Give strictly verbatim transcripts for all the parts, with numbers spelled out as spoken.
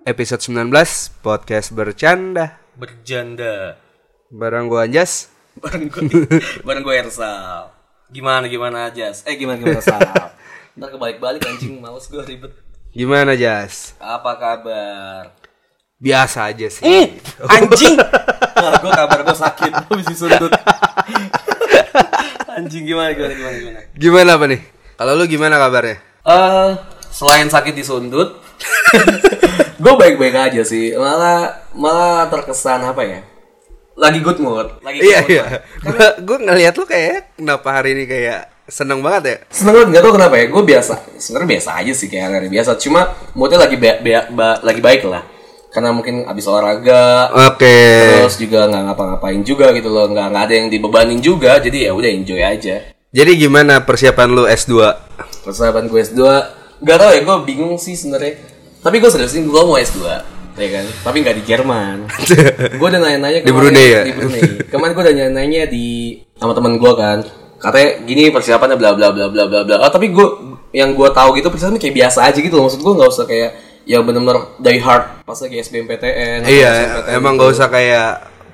episode sembilan belas podcast bercanda berjanda bareng gua Anjas, bareng gue bareng gue Ersal. Gimana gimana Jas? Eh gimana gimana Ersal? Ntar kebalik-balik anjing, males gue ribet. Gimana Jas? Apa kabar? Biasa aja sih. Eh, anjing. Nah, gue kabar gue sakit, habis disundut. Anjing gimana gimana gimana gimana? Gimana apa nih? Kalau lu gimana kabarnya? Eh, uh, selain sakit disundut, gue baik-baik aja sih. Malah malah terkesan apa ya? Lagi good mood. Lagi good iya mood iya. Gue gue ngelihat lu kayak kenapa hari ini kayak seneng banget ya? Seneng banget, nggak tau kenapa ya. Gue biasa, sebenarnya biasa aja sih kayak hari biasa. Cuma moodnya lagi ba- ba- ba- lagi baik lah. Karena mungkin abis olahraga, oke. Okay. Terus juga nggak ngapa-ngapain juga gitu loh, nggak nggak ada yang dibebanin juga. Jadi ya udah enjoy aja. Jadi gimana persiapan lu S dua? Persiapan gue S dua, nggak tau ya, gue bingung sih sebenarnya. Tapi gue serius gue mau S dua, ya kan? Tapi nggak di Jerman. Gue udah nanya-nanya di Brunei ya. Di Brunei. Kemarin gue udah nanya-nanya di sama teman gue kan. Katanya gini persiapannya bla bla bla bla bla bla. Oh, tapi gue yang gue tahu gitu persiapannya kayak biasa aja gitu loh. Maksud gue nggak usah kayak yang benar-benar die hard pas lagi S B M P T N. Iya, S B M P T N emang gitu. Gak usah kayak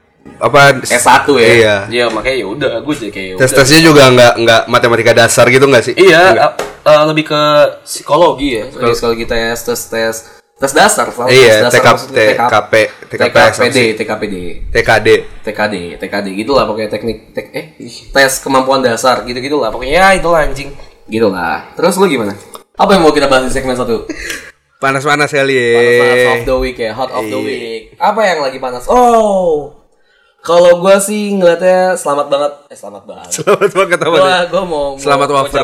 apa S satu ya. Iya. Iya, makanya ya udah gue jadi kayak tes-tesnya juga nggak nggak matematika dasar gitu nggak sih? Iya, uh, uh, lebih ke psikologi ya. Lebih psikologi tes tes tes tes dasar. Iya, tes dasar, T K P, T K P D, T K P D, T K D, T K D, T K D gitulah pokoknya teknik tek, eh tes kemampuan dasar gitu-gitulah pokoknya ya itulah anjing. Gitulah. Terus lu gimana? Apa yang mau kita bahas di segmen satu? Panas-panas kali ya. Panas of the week ya, hot of the week. Apa yang lagi panas? Oh, kalau gue sih ngeliatnya selamat banget. Eh selamat banget. Selamat banget apa nih? Gue mau selamat mau wafer.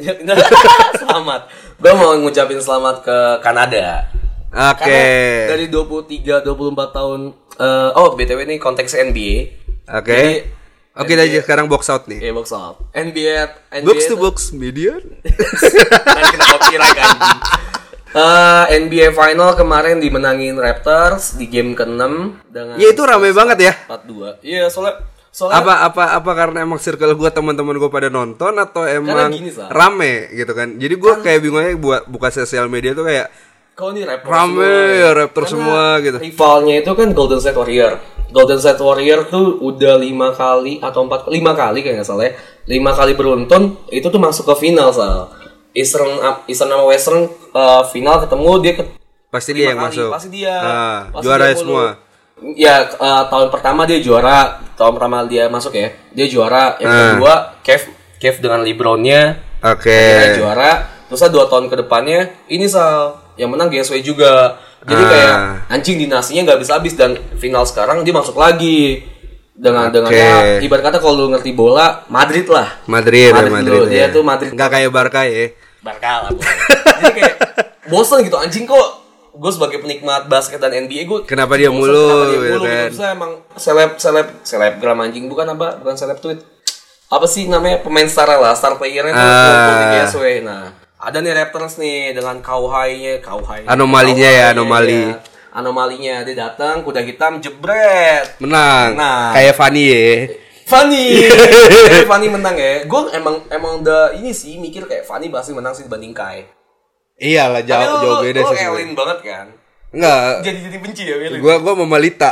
Selamat. Gue mau ngucapin selamat ke Kanada. Oke. Okay. Dari dua puluh tiga dua puluh empat tahun. Uh, oh B T W ini konteks N B A. Oke. Okay. Oke, okay, aja sekarang box out nih. Iya, box out. N B A, N B A box to box media. Nanti kena copyright anjing. Uh, N B A Final kemarin dimenangin Raptors di game keenam dengan ya itu ramai banget ya. empat dua. Iya, soalnya soalnya apa apa apa karena emang circle gue teman-teman gue pada nonton atau emang gini, rame gitu kan. Jadi gue kan, kayak bingung aja buat buka sosial media tuh kayak kalau ini Raptors rame semua, ya Raptors semua gitu. Rivalnya itu kan Golden State Warrior. Golden State Warrior tuh udah lima kali atau empat lima kali kayak nggak salah ya. lima kali beruntun itu tuh masuk ke final Sal. Eastern Eastern sama Western uh, final ketemu dia ke, pasti dia yang kali. Masuk pasti dia ah, pasti juara dia semua ya uh, tahun pertama dia juara tahun pertama dia masuk ya dia juara yang ah. kedua Kev Kev dengan LeBronnya oke okay. juara terus dua tahun ke depannya ini Sal yang menang G S W juga jadi ah. kayak anjing dinasinya nggak habis-habis dan final sekarang dia masuk lagi dengan okay. dengan ya, ibarat kata kalau lu ngerti bola Madrid lah Madrid Madrid, Madrid dulu, dia tuh Madrid nggak kayak Barca ya Barca lah jadi kayak bosan gitu anjing kok gue sebagai penikmat basket dan N B A gue kenapa dia bosen, mulu kenapa dia mulu gitu kan gitu. Saya emang seleb seleb selebgram anjing bukan apa bukan seleb tweet apa sih namanya pemain star lah star playernya tuh uh, di G S W nah ada nih Raptors nih dengan Kawhi-nya Kawhi anomalinya ya anomali ya. Anomalinya dia datang kuda hitam jebret menang nah, kayak Fanny ya Fanny Fanny menang ya gue emang emang udah ini sih mikir kayak Fanny pasti menang sih dibanding Kai iyalah jauh lu, jauh beda lu, sih lu Elin banget kan enggak jadi jadi benci ya Elin gue gue Mama Lita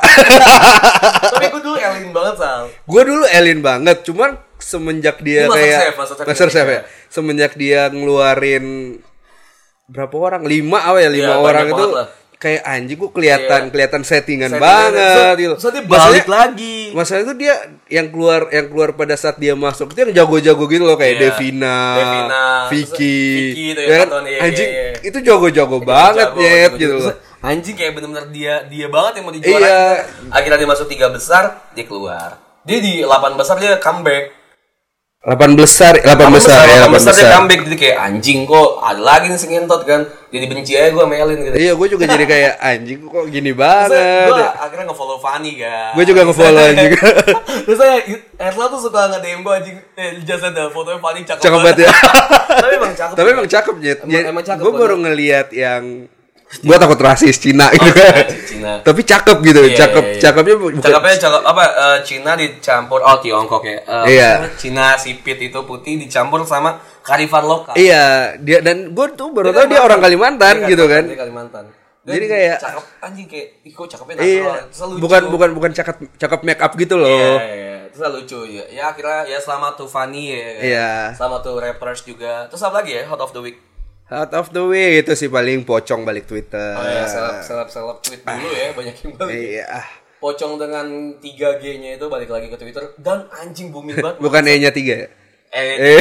tapi gue dulu Elin banget Sal gue dulu Elin banget cuman semenjak dia ini kayak Master Chef ya semenjak dia ngeluarin berapa orang lima apa ya lima ya, orang itu kayak anjing gue kelihatan yeah. kelihatan settingan, settingan banget gitu. So, so dia balik lagi. Masalah itu dia yang keluar yang keluar pada saat dia masuk itu yang jago-jago gitu loh kayak yeah. Devina, Devina, Vicky, Vicky itu ya kan? Ya, anjing ya, ya. Itu jago-jago itu banget ya gitu loh. Anjing kayak benar-benar dia dia banget yang mau dijuara. Iya. Akhirnya dia masuk tiga besar, dia keluar. Dia di delapan besar dia comeback. delapan besar, delapan besar ya, delapan besar. Dia comeback jadi kayak anjing kok ada lagi nih sengentot kan. Jadi benci aja gue melin gitu. Iya, gue juga jadi kayak anjing kok gini banget. Gue akhirnya nge-follow Fanny kan. Gue juga nge-follow anjing. Terus saya Erla tuh suka nge-D M gue anjing. Eh, jasa ada fotonya Fanny cakep, cakep banget ya. Tapi emang cakep. Tapi emang cakep ya. Emang cakep. Gue baru ngelihat yang gue takut rasis Cina gitu oh, kan. Cina. Tapi cakep gitu, iya, cakep, iya, iya. cakepnya bukan. Cakepnya cakep apa? Uh, Cina dicampur oh Tiongkok ya. Uh, iya. Cina sipit itu putih dicampur sama karifan lokal. Iya, dia dan gue tuh baru tahu dia orang Kalimantan dia gitu kan. Dia Kalimantan. Dan jadi kayak cakep anjing kayak ih kok cakepnya iya, natural. Bukan bukan bukan cakep cakep make up gitu loh. Iya, iya. Terus lucu ya. Ya akhirnya ya selamat tuh Fanny ya. Iya. Selamat tuh rappers juga. Terus apa lagi ya hot of the week? Hot of the week itu sih paling Pocong balik Twitter. Oh ya, seleb seleb seleb tweet dulu ya, banyak yang balik. Iya. Pocong dengan tiga G-nya itu balik lagi ke Twitter dan anjing booming banget. Bukan E-nya tiga ya? Eh,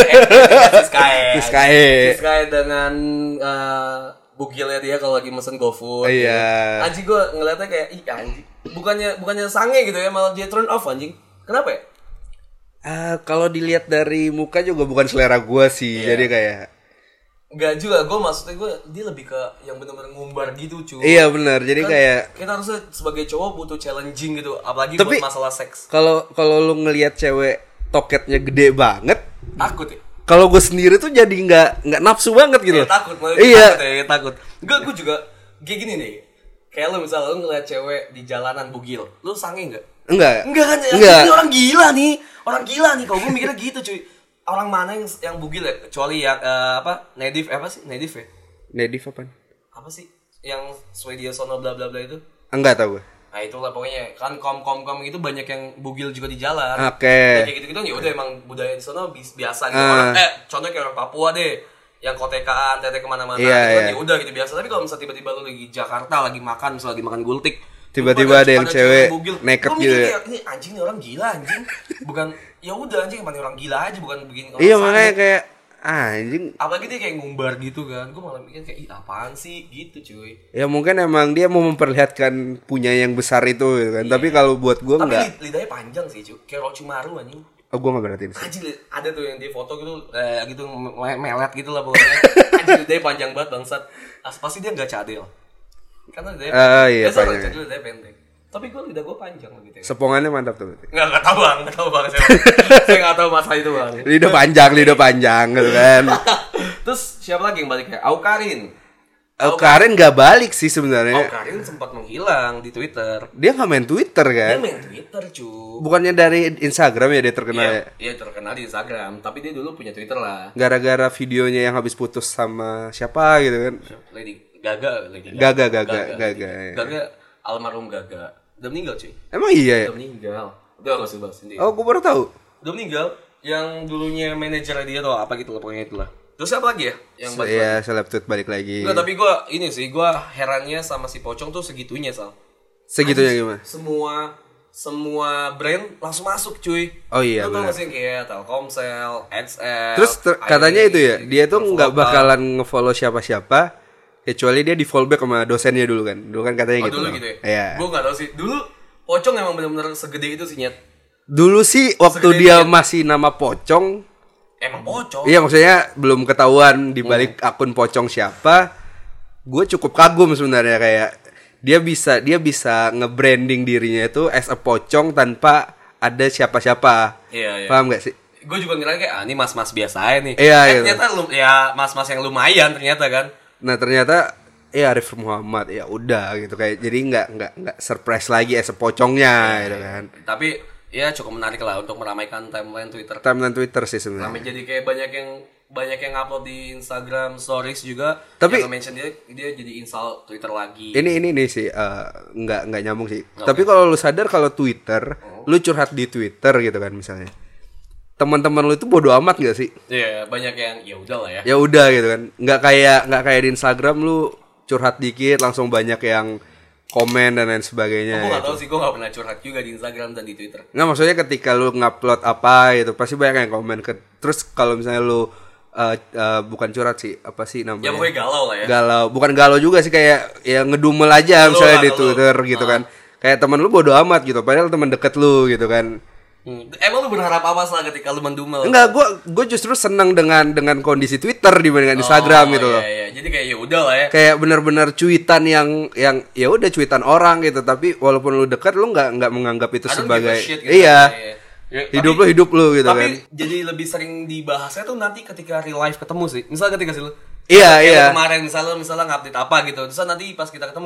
Siskae. Siskae. Siskae dengan uh, bugilnya dia kalau lagi mesen GoFood. Iya. Ya. Anjing gue ngeliatnya kayak ih anjing. Bukannya bukannya sange gitu ya, malah dia turn off anjing. Kenapa ya? Uh, kalau dilihat dari muka juga bukan selera gue sih. Iya. Jadi kayak enggak juga, gue maksudnya gue dia lebih ke yang benar-benar ngumbar gitu cuy. Iya benar, jadi kan kayak kita harusnya sebagai cowok butuh challenging gitu, apalagi tapi, buat masalah seks. Kalau kalau lu ngelihat cewek toketnya gede banget, takut ya. Kalau gue sendiri tuh jadi nggak nggak nafsu banget gitu. Ya, takut, iya. Takut ya, takut. Gue gue juga kayak gini nih. Kayak lu misalnya lu ngeliat cewek di jalanan bugil, lu sange nggak? Enggak. Enggak kan? Enggak. Ini orang gila nih, orang gila nih. Kalau gue mikirnya gitu cuy. Orang mana yang yang bugil ya? Kecuali yang uh, apa? Native apa sih? Native ya? Native apa? Apa sih? Yang Swedia sono bla bla bla itu? Enggak tahu gue. Nah itulah pokoknya kan kom kom kom itu banyak yang bugil juga di jalan. Oke. Okay. Kayak gitu gitu ya udah emang budaya di sana biasa gitu. Uh. Orang, eh contohnya kayak orang Papua deh, yang kotekaan, tete kemana-mana. Yeah, gitu yeah. Ya udah gitu biasa. Tapi kalau misalnya tiba-tiba lu lagi Jakarta lagi makan, misalnya lagi makan gultik, tiba-tiba ada yang cewek naked gitu. Kayak, ini anjing nih orang gila anjing. Bukan ya udah anjing emang orang gila aja bukan bikin orang. Iya makanya kayak anjing. Apalagi dia kayak ngumbar gitu kan. Gue malah mikir kayak ih apaan sih gitu cuy. Ya mungkin emang dia mau memperlihatkan punya yang besar itu gitu kan. Yeah. Tapi kalau buat gue enggak. Tapi lidahnya panjang sih cuy. Kayak Orochimaru anjing. Oh gue gak berarti sih. Anjing ada tuh yang di foto gitu eh, gitu melet gitu lah pokoknya. Anjing lidahnya panjang banget bangsat. Pasti dia enggak cadel. Karena lidahnya uh, iya, panjang. Cadel lidahnya pendek. Tapi gue lidah gue panjang gitu ya. Sepongannya mantap tuh. Enggak, enggak tahu bang, enggak tahu bang. Saya, saya enggak tahu masalah itu bang. Lidah panjang, lidah panjang gitu kan. Terus siapa lagi yang balik ya? Aukarin. Aukarin enggak balik sih sebenarnya. Aukarin sempat menghilang di Twitter. Dia enggak main Twitter kan? Dia main Twitter cu. Bukannya dari Instagram ya dia terkenal iya, ya? Iya terkenal di Instagram, tapi dia dulu punya Twitter lah. Gara-gara videonya yang habis putus sama siapa gitu kan? Lady Gaga, Lady Gaga, Gaga, Gaga, Gaga. Gaga, ya. Gaga almarhum Gaga. Udah meninggal cuy. Emang iya ya? Udah meninggal. Udah gak usah bahas sendiri. Oh gue baru tahu. Udah meninggal. Yang dulunya manajernya dia atau apa gitu lah pokoknya itulah. Terus apa lagi ya? Yang balik Iya, seleb tweet balik lagi. Enggak, tapi gue ini sih, gue herannya sama si Pocong tuh segitunya Sal. Segitunya Aduh, gimana? Semua semua brand langsung masuk cuy. Oh iya lu benar. tau gak sih kayak Telkomsel, X L. Terus ter- katanya itu ya, dia tuh nggak Telkom. bakalan nge-follow siapa-siapa kecuali dia di fallback sama dosennya dulu kan. Dulu kan katanya Oh, gitu. dulu gitu ya? Iya. Gue gak tau sih. Dulu Pocong emang bener-bener segede itu sih Nyet. Dulu sih waktu Segede dia dia. masih nama Pocong. Emang Pocong. Iya maksudnya belum ketahuan di balik hmm. akun Pocong siapa. Gue cukup kagum sebenarnya kayak dia bisa dia bisa nge-branding dirinya itu as a Pocong tanpa ada siapa-siapa. Iya, iya. Paham gak sih? Gue juga ngira kayak ah, ini mas-mas biasa aja nih. Iya, eh, gitu. ternyata lu, ya mas-mas yang lumayan ternyata kan. Nah ternyata ya Arif Muhammad ya udah gitu kayak jadi nggak nggak nggak surprise lagi as a Pocongnya gitu kan. Tapi ya cukup menarik lah untuk meramaikan timeline Twitter. Timeline Twitter sih sebenarnya. Sampai jadi kayak banyak yang banyak yang upload di Instagram Stories juga. Tapi yang mention dia dia jadi install Twitter lagi. Ini ini nih sih uh, nggak nggak nyambung sih. Okay. Tapi kalau lu sadar kalau Twitter, oh. lu curhat di Twitter gitu kan misalnya. Teman-teman lu itu bodo amat gak sih? Iya, yeah, banyak yang ya udah lah ya. Ya udah gitu kan. Nggak kayak nggak kayak di Instagram lu curhat dikit langsung banyak yang komen dan lain sebagainya. Oh, gue gak gitu. tau sih, gue gak pernah curhat juga di Instagram dan di Twitter. Nggak, maksudnya ketika lu ngupload apa gitu pasti banyak yang komen ke. Terus kalau misalnya lu uh, uh, bukan curhat sih, apa sih namanya? Ya pokoknya galau lah ya. Galau, bukan galau juga sih kayak ya ngedumel aja Lu misalnya lah, di lu. Twitter gitu uh. kan. Kayak teman lu bodo amat gitu, padahal teman deket lu gitu kan. Hmm. Emang lu berharap apa sih ketika lu mendumel? Enggak, gue gue justru senang dengan dengan kondisi Twitter dibandingkan oh, Instagram gitu loh. Iya, iya. Jadi kayak ya udah lah ya. Kayak benar-benar cuitan yang yang ya udah cuitan orang gitu, tapi walaupun lu dekat lu nggak nggak menganggap itu sebagai shit, gitu iya. kan, ya. Ya, hidup tapi, lu hidup lu gitu tapi kan. Tapi jadi lebih sering dibahasnya tuh nanti ketika real life ketemu sih. Misalnya ketika sih lu Iya, kayak iya. kemarin misalnya misalnya ngupdate apa gitu. Terus nanti pas kita ketemu kayak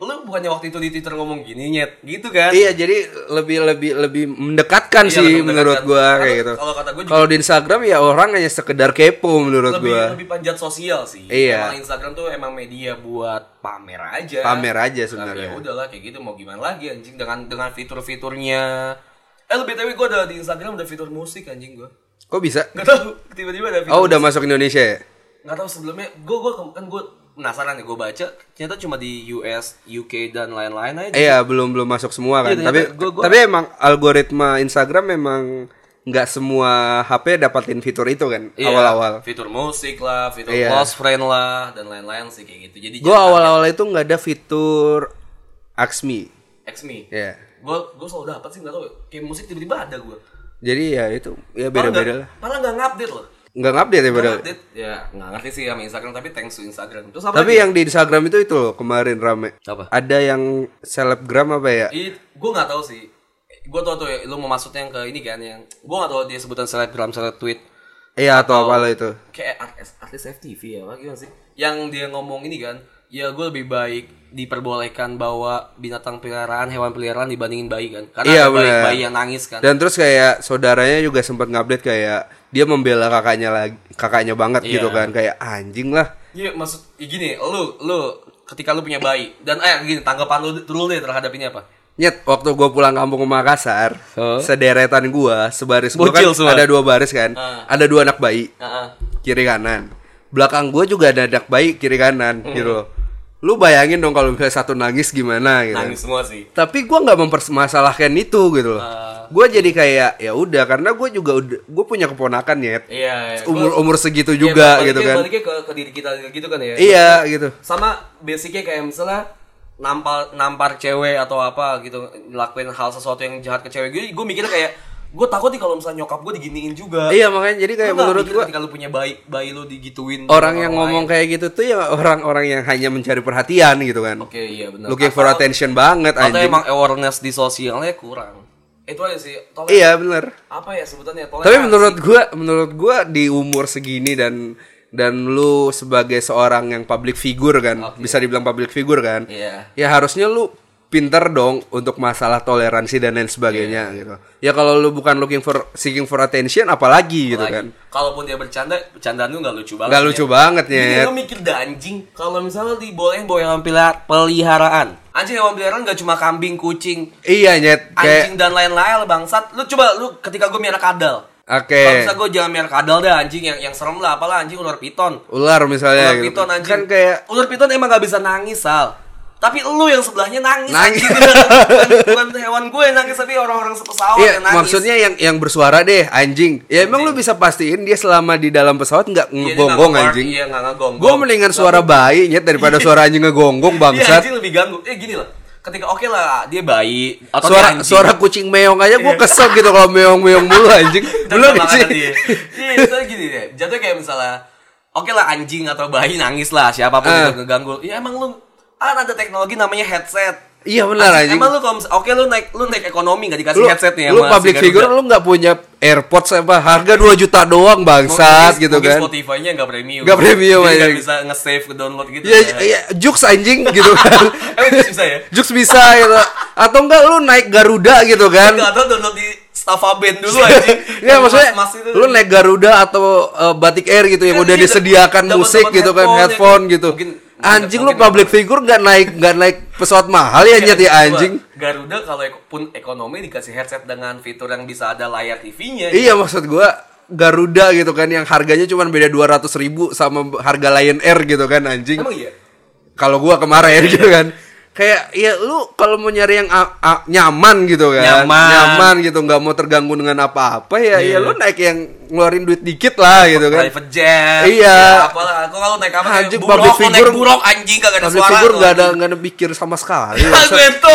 lu bukannya waktu itu di Twitter ngomong gini nyet gitu kan? Iya, jadi lebih lebih lebih mendekatkan Iya, sih lebih menurut mendekatkan. gua Karena kayak gitu. kalau kata gua juga- Kalau di Instagram ya orang hanya sekedar kepo menurut lebih gua. lebih panjat sosial sih. Iya. Emang Instagram tuh emang media buat pamer aja. Pamer aja Tapi sebenarnya. ya udahlah kayak gitu mau gimana lagi anjing dengan dengan fitur-fiturnya. Eh B T W gue ada di Instagram ada fitur musik anjing gue. Kok bisa? Gak tau tiba-tiba ada fitur. Oh, udah musik. masuk Indonesia ya? Nggak tahu sebelumnya gue gue kan gue penasaran ya gue baca ternyata cuma di U S, U K dan lain-lain aja. Iya, belum belum masuk semua kan. Iya, tapi ternyata gua- gua- tapi emang algoritma Instagram memang nggak semua H P dapatin fitur itu kan Iya, awal-awal. fitur musik lah, fitur Iya. close friend lah dan lain-lain sih kayak gitu. Jadi Gue awal-awal itu nggak ada fitur Ask Me. X-Me. Ya. Gue gue selalu dapat sih nggak tahu kayak musik tiba-tiba ada gue. Jadi ya itu ya beda-beda lah. Malah nggak ngupdate loh. Nggak ngupdate ya Nggak padahal. update. Ya nggak ngerti sih sama Instagram tapi thanks to Instagram. Terus apa? Tapi yang di Instagram itu itu loh kemarin rame. Apa? Ada yang selebgram apa ya? Gue nggak tahu sih. Gue tau tuh ya, lu mau masuknya yang ke ini kan yang gue nggak tahu dia sebutan selebgram seleb tweet Iya atau apa lah itu. kayak artis artis F T V ya apa gimana sih? Yang dia ngomong ini kan, ya gue lebih baik diperbolehkan bawa binatang peliharaan, hewan peliharaan dibandingin bayi kan? Karena Iya, ada bayi, bener. bayi yang nangis kan. Dan terus kayak saudaranya juga sempat ngupdate kayak dia membela kakaknya lagi, kakaknya banget Iya. gitu kan, kayak anjing lah. Iya maksud ya gini, lu lu ketika lu punya bayi dan eh gini tanggapan lu dulu deh terhadap ini apa? Nyet, waktu gue pulang kampung ke Makassar, Huh? sederetan gue sebaris gue kan Bocil semua. ada dua baris kan, Ah. ada dua anak bayi Heeh. kiri kanan, belakang gue juga ada anak bayi kiri kanan Hmm. gitu loh. Lu bayangin dong kalau misalnya satu nangis gimana gitu. Nangis semua sih. Tapi gue nggak mempermasalahkan itu gitu loh. Ah. Gue jadi kayak ya udah karena gue juga udah gue punya keponakan Nyet. Iya. iya. Umur Gua- umur segitu Iya, juga baliknya- gitu kan. Baliknya ke, ke diri kita gitu kan ya. Iya gitu. Sama basicnya kayak misalnya nampar nampar cewek atau apa gitu ngelakuin hal sesuatu yang jahat ke cewek gue gue mikirnya kayak gue takut nih kalau misalnya nyokap gue diginiin juga. Iya makanya jadi kayak Lu nggak menurut mikir gue ketika lu punya bayi bayi lu digituin orang sama yang lain. ngomong kayak gitu tuh ya orang-orang yang hanya mencari perhatian gitu kan. Oke iya benar. Looking for Atau- attention banget atau anjing. emang awareness di sosialnya kurang. Itu aja sih. Toler- Iya bener. Apa ya sebutannya? Tapi Toleransi. menurut gua menurut gua di umur segini dan dan lu sebagai seorang yang public figure kan, Oke. bisa dibilang public figure kan. Iya. Ya harusnya lu pinter dong untuk masalah toleransi dan lain sebagainya Iya. gitu. Ya kalau lu bukan looking for seeking for attention apalagi gitu kan. Apalagi, kalaupun dia bercanda, bercandaan lu nggak lucu banget. Nggak lucu banget, Iya, Nyet. lu mikir dah anjing. Kalau misalnya dibolehin bawa hewan peliha- peliharaan. Anjing hewan peliharaan nggak cuma kambing, kucing, Iya Nyet, anjing kayak dan lain-lain bangsat. Lu coba lu ketika gue miara kadal. oke. Kalau misalnya gue jangan miara kadal dah anjing yang yang serem lah apalah anjing ular piton. Ular misalnya Ular gitu. piton anjing. Kan kayak ular piton emang nggak bisa nangis, Sal. Tapi lu yang sebelahnya nangis, Nangis. anjing. bukan, bukan hewan gue yang nangis tapi orang-orang sepesawat iya, yang nangis. maksudnya yang yang bersuara deh anjing. Ya emang lu bisa pastiin dia selama di dalam pesawat nggak Iya, dia ngegonggong nggak anjing. Iya, nggak ngegonggong. Gue mendingan suara bayi Nyet daripada suara anjing ngegonggong Iya, bangsat. anjing lebih ganggu. Eh gini loh. Ketika oke lah dia bayi atau Suara dia anjing. suara kucing meong aja gue kesel gitu kalau meong-meong mulu anjing. Belum Belum sih. Iya, itu gini deh. Jatuhnya kayak misalnya oke lah anjing atau bayi nangis lah siapapun Ah. itu ngeganggu. Ya emang lu ah ada teknologi namanya headset. Iya benar anjing. Emang lu kalau mis- oke lu naik lu naik ekonomi enggak dikasih Lu, headset nih lu sama public si figure Garuda. lu nggak punya AirPods apa harga dua juta doang bangsat Mungkin- gitu mungkin kan. Spotify-nya enggak premium. Nggak premium, Jadi nggak anjing. bisa nge-save ke download gitu. Ya, ya Jux anjing gitu kan. Emang itu bisa ya? Jux bisa gitu. Atau enggak lu naik Garuda gitu kan. Enggak tahu download di Staffa Band dulu anjing. Iya maksudnya Mas-mas itu. lu naik Garuda atau uh, Batik Air gitu yang Iya, udah iya, disediakan dapat- musik dapat gitu kan, headphone, headphone ya, gitu. mungkin- Anjing mungkin- lu public figure nggak naik nggak naik pesawat mahal ya Nyet ya Coba, anjing. Garuda kalau ek- pun ekonomi dikasih headset dengan fitur yang bisa ada layar T V-nya. Iya maksud gua Garuda gitu kan yang harganya cuma beda dua ratus ribu sama harga Lion Air gitu kan anjing. Emang iya? Kalau gua kemarin gitu kan. Kayak ya lu kalau mau nyari yang a- a- nyaman gitu kan. Nyaman. gitu, nggak mau terganggu dengan apa-apa ya Iya. ya lu naik yang ngeluarin duit dikit lah gitu kan. Private jet. Iya. Ya, apalah aku kalau naik apa kayak Anjing, buruk, public mau naik figure- buruk anjing kagak ada Public suara. figure tuh, nggak ada anjing. nggak ada pikir sama sekali. Aku itu.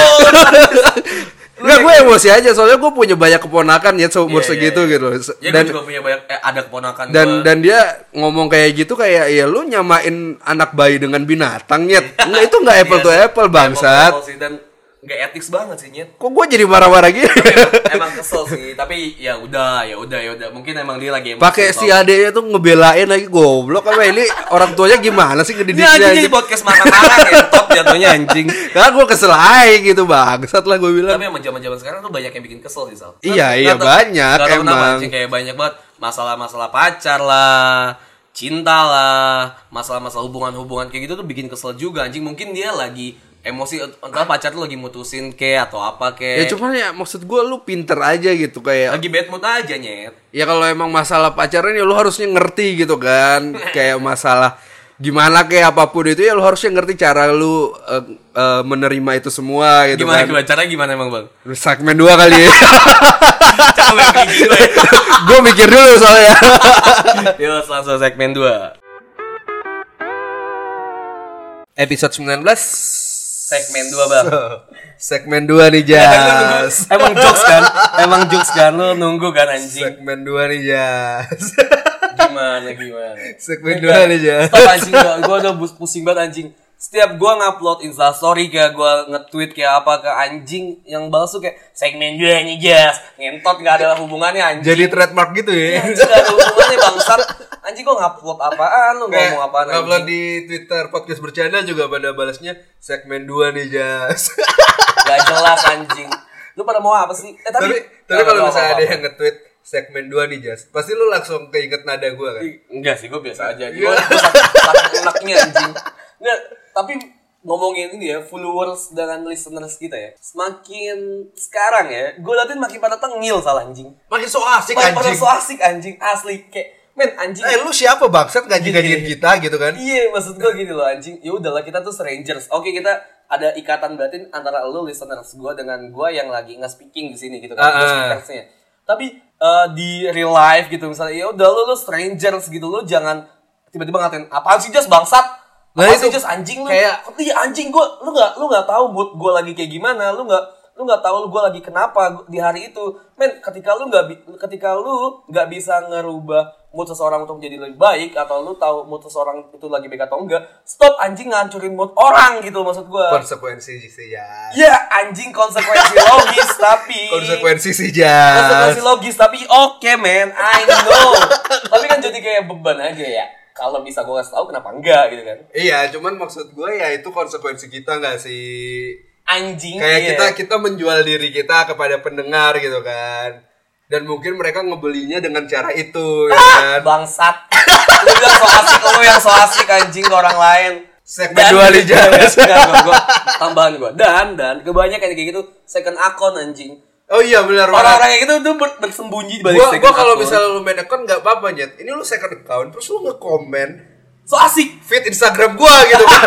Nggak, gue emosi aja soalnya gue punya banyak keponakan ya seumur Iya, iya, segitu iya. gitu. Ya Dan gue juga punya banyak eh, ada keponakan dan gua. dan dia ngomong kayak gitu kayak ya lu nyamain anak bayi dengan binatang ya. Enggak itu nggak apple Iya to sih. apple Apple to bangsat. apple sih. Dan nggak etis banget sih Nyet. Kok gue jadi marah-marah gini? Emang kesel sih, tapi ya udah, ya udah, ya udah. Mungkin emang dia lagi pakai si adeknya tuh ngebelain lagi, goblok apa ini orang tuanya gimana sih ngedidiknya? Ini anjing jadi podcast marah-marah ya, top jatuhnya anjing. Karena gue kesel aja gitu bangsat lah gue bilang. Tapi emang zaman-zaman sekarang tuh banyak yang bikin kesel sih Sal. Iya iya banyak gak tau kenapa emang. anjing, kayak banyak banget masalah-masalah pacar lah, cinta lah, masalah-masalah hubungan-hubungan kayak gitu tuh bikin kesel juga anjing. Mungkin dia lagi emosi, entah pacar tuh lagi mutusin kayak atau apa kayak. Ya cuman ya maksud gue lu pinter aja gitu kayak. Lagi bad mood aja Nyet. Ya kalau emang masalah pacaran ya lu harusnya ngerti gitu kan. Kayak masalah gimana kayak apapun itu ya lu harusnya ngerti cara lu uh, uh, menerima itu semua gitu gimana, kan. Gimana caranya gimana emang Bang? Segmen dua kali ya. Capek kayak gitu ya. Gue mikir dulu soalnya. Yuk langsung segmen dua. Episode sembilan belas Segmen dua Bang. Segmen dua nih Jas. Emang jokes kan? Emang jokes kan? Lu nunggu kan anjing? Segmen dua nih Jas. Gimana gimana? Segmen dua nih Jas. Stop anjing, gua, gua udah pusing banget anjing. Setiap gua ngupload instastory kayak gua nge-tweet kayak apa ke anjing, yang balas tuh kayak segmen dua nih Jas. Ngentot enggak ada hubungannya anjing. Jadi trademark gitu ya. Anjing enggak ada hubungannya bangsat. Anjing gua ngupload apaan lu ngomong apaan anjing. Ngupload di Twitter podcast bercanda juga pada balasnya segmen dua nih Jas. Gak jelas anjing. Lu pada mau apa sih? Eh tapi Tapi, tapi kalau misalnya ada yang nge-tweet segmen dua nih Jas, pasti lu langsung keinget nada gua kan? Enggak sih, gua biasa aja. Gua sakit enaknya anjing. Enggak, tapi ngomongin ini ya, followers dengan listeners kita ya. Semakin sekarang ya, gue liatin makin pada tengil salah anjing. Makin so asik Makin pada anjing. so asik anjing, asli kayak men anjing. Eh lu siapa bangsat gaji-gajiin kita gitu kan? Iya, maksud gue gini loh anjing. Ya udahlah kita tuh strangers. Oke, kita ada ikatan batin antara lu listeners gue dengan gue yang lagi nge-speaking di sini gitu kan. Uh, uh. Speakersnya. Tapi uh, di real life gitu misalnya, ya udah lu lu strangers gitu, lu jangan tiba-tiba ngatain apaan sih Jas bangsat. Nah itu just anjing lu kayak iya anjing gua lu nggak lu nggak tahu mood gua lagi kayak gimana, lu nggak lu nggak tahu gua lagi kenapa di hari itu men. Ketika lu nggak ketika lu nggak bisa ngerubah mood seseorang untuk menjadi lebih baik, atau lu tahu mood seseorang itu lagi baik atau enggak, stop anjing ngancurin mood orang gitu maksud gua. Konsekuensi sih ya. Ya anjing konsekuensi logis tapi konsekuensi sih ya. Konsekuensi logis tapi oke okay, man I know. Tapi kan jadi kayak beban aja ya. Kalau bisa gue kasih tahu kenapa enggak gitu kan? Iya, cuman maksud gue ya itu konsekuensi kita nggak sih? Anjing. Kayak iya. kita kita menjual diri kita kepada pendengar gitu kan? Dan mungkin mereka ngebelinya dengan cara itu, ya kan? Bangsat. Lu bilang so asik, lu yang so asik anjing ke orang lain. Segmen dua nih Jas. Tambahan gue. Dan dan kebanyakan kayak gitu second akun anjing. Oh iya benar. Orang-orang kayak gitu tuh ber- bersembunyi di balik gua, second gua kalau akun. misalnya lu main account nggak apa-apa Nyet. Ini lu second account terus lu nge-comment so asik feed Instagram gua gitu kan.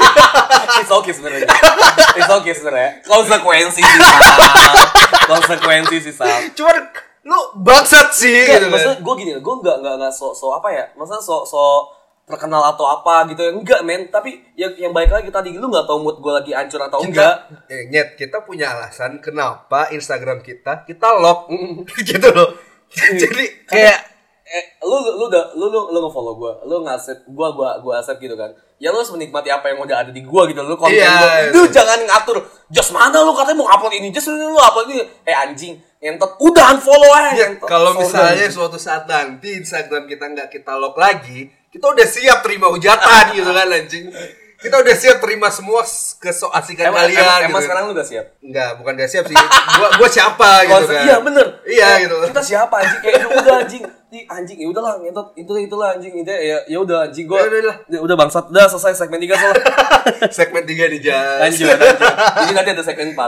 It's okay sebenarnya. It's okay sebenarnya. Konsekuensi sih Sal. Konsekuensi sih Sal. Cuman lu bangsat sih Gak, gitu maksudnya kan. gue gini, gue nggak nggak nggak so so apa ya, maksudnya so so terkenal atau apa gitu ya, enggak men. Tapi yang yang baik lagi tadi, lu nggak tahu mood gue lagi hancur atau Kita, enggak. eh, Nyet, kita punya alasan kenapa Instagram kita kita lock gitu loh. Jadi kayak eh lu lu udah lu lu lu nge-follow gue, lu nge-accept gue, gue gue accept gitu kan. Ya lu harus menikmati apa yang udah ada di gue gitu. Lu konten Iya, lu, lu itu. jangan ngatur. Just mana lu katanya mau upload ini, just lu upload ini. Eh anjing, ngentot. Udah unfollow aja. ya, ngentot. kalau Sorry, misalnya anjing. suatu saat nanti Instagram kita nggak kita lock lagi, kita udah siap terima hujatan gitu kan anjing. Kita udah siap terima semua kesoasikan emang, kalian emang, gitu. emang sekarang lu udah siap? Enggak, bukan gak siap sih. Gua gua siapa gitu Konsep, kan. iya bener. Iya gitu. Kita siapa anjing? Kayak ya udah anjing. Ih, anjing ya udahlah ngentot itu itulah anjing itu ya ya udah anjing gua. Ya udahlah. Ya udah bangsat. Udah selesai segmen tiga selesai. Segmen tiga nih, Jas. Lanjut, lanjut. Jadi nanti ada segmen empat.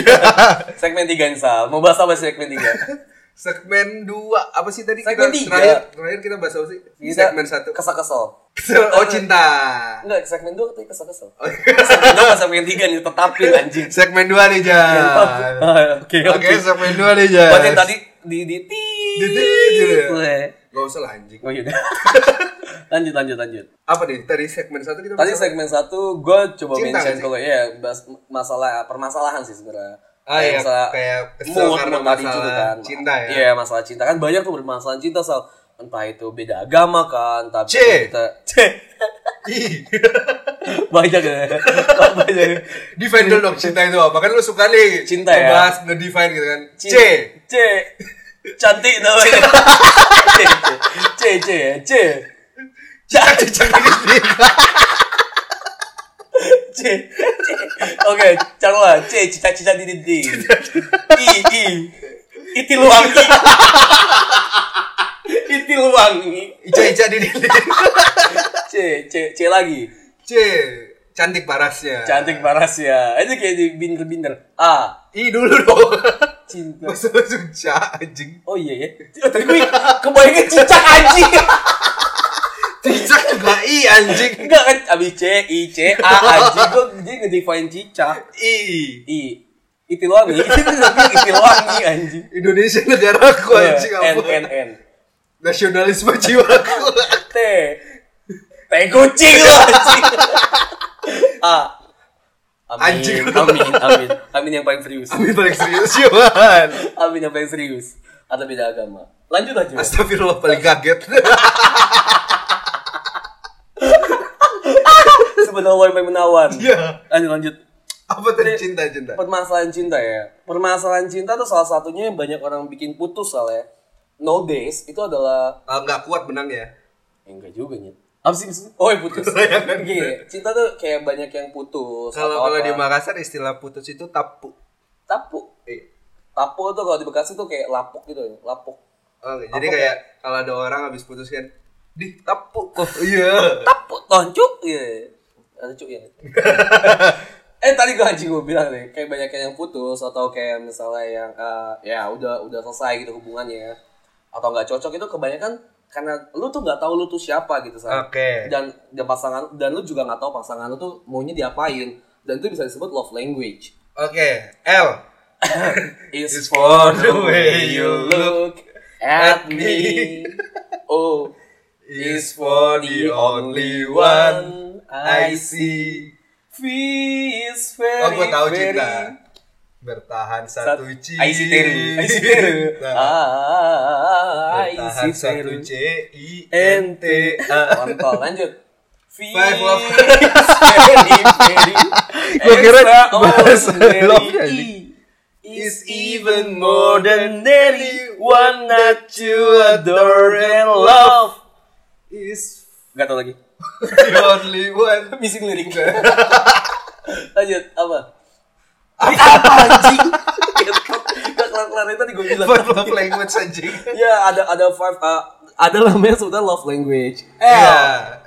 Segmen tiga nih Sal. Mau bahas apa segmen tiga? Segmen dua apa sih tadi? Segmen kita, tiga. Terakhir, terakhir kita bahas apa sih? Kita Segmen satu. Kesel-kesel. Oh, cinta. Enggak, segmen dua tapi kesel-kesel. Segmen dua pas segmen tiga nih tetapin anjing. Segmen dua nih, Jas. Oke, Oke, segmen dua nih, Jas. Buat yang tadi di di ti. Di tit gitu ya? Weh. Gak usah lah anjing. Oh iya. Lanjut lanjut lanjut. Apa nih? Tadi segmen satu kita Tadi bahas apa? segmen satu gue coba Cinta mention nggak sih? kalau ya bahas masalah permasalahan sih sebenarnya. Ah, iya, masalah kayak kesel mood, karena mood tadi masalah juga kan. cinta ya? Iya masalah cinta kan banyak tuh bermasalah cinta Sal. Entah itu beda agama kan, tapi C. kita C. Ih. Banyak ya. Banyak. Define dulu dong cinta itu apa? Kan lu suka nih Cinta ya? ngebahas, nge-define gitu kan. C. C. Cantik namanya. C. C. C. C. Cantik cantik. C. Oke, caklah. C. Cita-cita di dinding. I. I. Itil wangi. Itil wangi. Ica-ica di dinding. C. C. C lagi. C. Cantik parasnya. Cantik parasnya. Itu kayak di binder-binder. A. I dulu dong. Cinta. Masa langsung ca anjing. Oh iya ya. Oh, tadi gue kebayangnya cicak anjing. Cicak juga I anjing. Enggak kan abis C, I, C, A anjing. Gue jadi ngedefine cicak. I. I. Itil wangi. Itil wangi anjing. Indonesia negaraku anjing apa? N, N, N. Nasionalisme jiwaku. T. T kucing lo anjing. A. Amin, Anjing. amin, amin, amin yang paling serius. Amin paling serius Yohan. Amin yang paling serius. Atau beda agama. Lanjut aja. Astagfirullah paling kaget. Sebenarnya yang paling menawan. Iya. Lanjut lanjut. Apa tadi cinta cinta? Permasalahan cinta ya. Permasalahan cinta tuh salah satunya yang banyak orang bikin putus soalnya. Nowadays itu adalah Ah, nggak kuat benangnya. eh, enggak juga nih. Apa sih maksudnya? Oh, ya putus. Gini, cinta tuh kayak banyak yang putus. Kalau atau kalau apa. di Makassar istilah putus itu tapu. Tapu. Iya. Tapu tuh kalau di Bekasi tuh kayak lapuk gitu ya, lapuk. Oh, jadi Apa kayak kalau ada orang habis putus kan, di tapu. Oh iya. Tapu toncuk. Iya. Ada cuk ya. eh tadi gue anjing gue bilang nih, kayak banyak yang putus atau kayak misalnya yang uh, ya udah udah selesai gitu hubungannya atau nggak cocok itu kebanyakan karena lu tuh nggak tahu lu tuh siapa gitu San. Oke. Okay. Dan dan pasangan dan lu juga nggak tahu pasangan lu tuh maunya diapain dan itu bisa disebut love language. Oke, okay. L is for the way you look at me. O is for the only one I see. V is very Oh, gue tahu very cinta. Bertahan satu C. I see teru. I see teru. Ah, I Bertahan see satu teru. C I N T A. Kontol lanjut. V Five love. very very. Gua kira bahas extraordinary. love-nya, E is even more than any one that you adore and love. Is Gak tau lagi. the only one. Missing lirik. Lanjut apa? Apa anjing? Gak kelar-kelar tadi gue bilang. Five love language anjing. Ya ada ada five uh, ada namanya sebutan love language. L. Iya.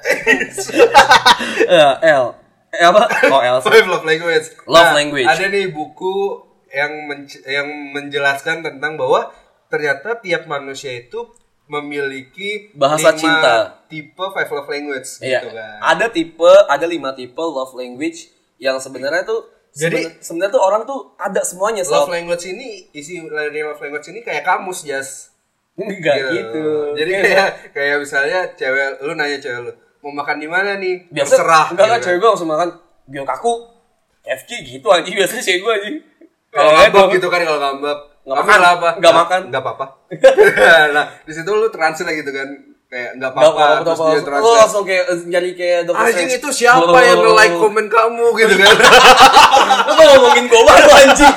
Ya, L. Eh, apa? Oh, L. Five love language. Love language. Ada nih buku yang men- yang menjelaskan tentang bahwa ternyata tiap manusia itu memiliki Bahasa lima cinta. tipe five love language Iya. gitu kan. Ada tipe, ada lima tipe love language yang sebenarnya tuh Jadi- seben- sebenarnya tuh orang tuh ada semuanya. Love So, language ini isi dari love language ini kayak kamus Jas. enggak gitu. Jadi kayak kayak misalnya cewek lu nanya cewek lu mau makan di mana nih? biasa Terserah. enggak kan gitu cewek gue langsung makan biokaku F K gitu aja biasanya cewek gue aja. Kalau Eh, ngambek dong. gitu kan kalau ngambek. Nggak Kamu makan. lah apa? Nggak makan. Nggak apa-apa. Nah, di situ lu translate gitu kan. Kayak nggak Enggak apa-apa apa-apa terus dia langsung, lu translate. langsung kayak eh, jadi kayak dokter Anjing Strange. itu siapa yang nge-like komen kamu gitu kan. Lu kok ngomongin gue banget lu anjing.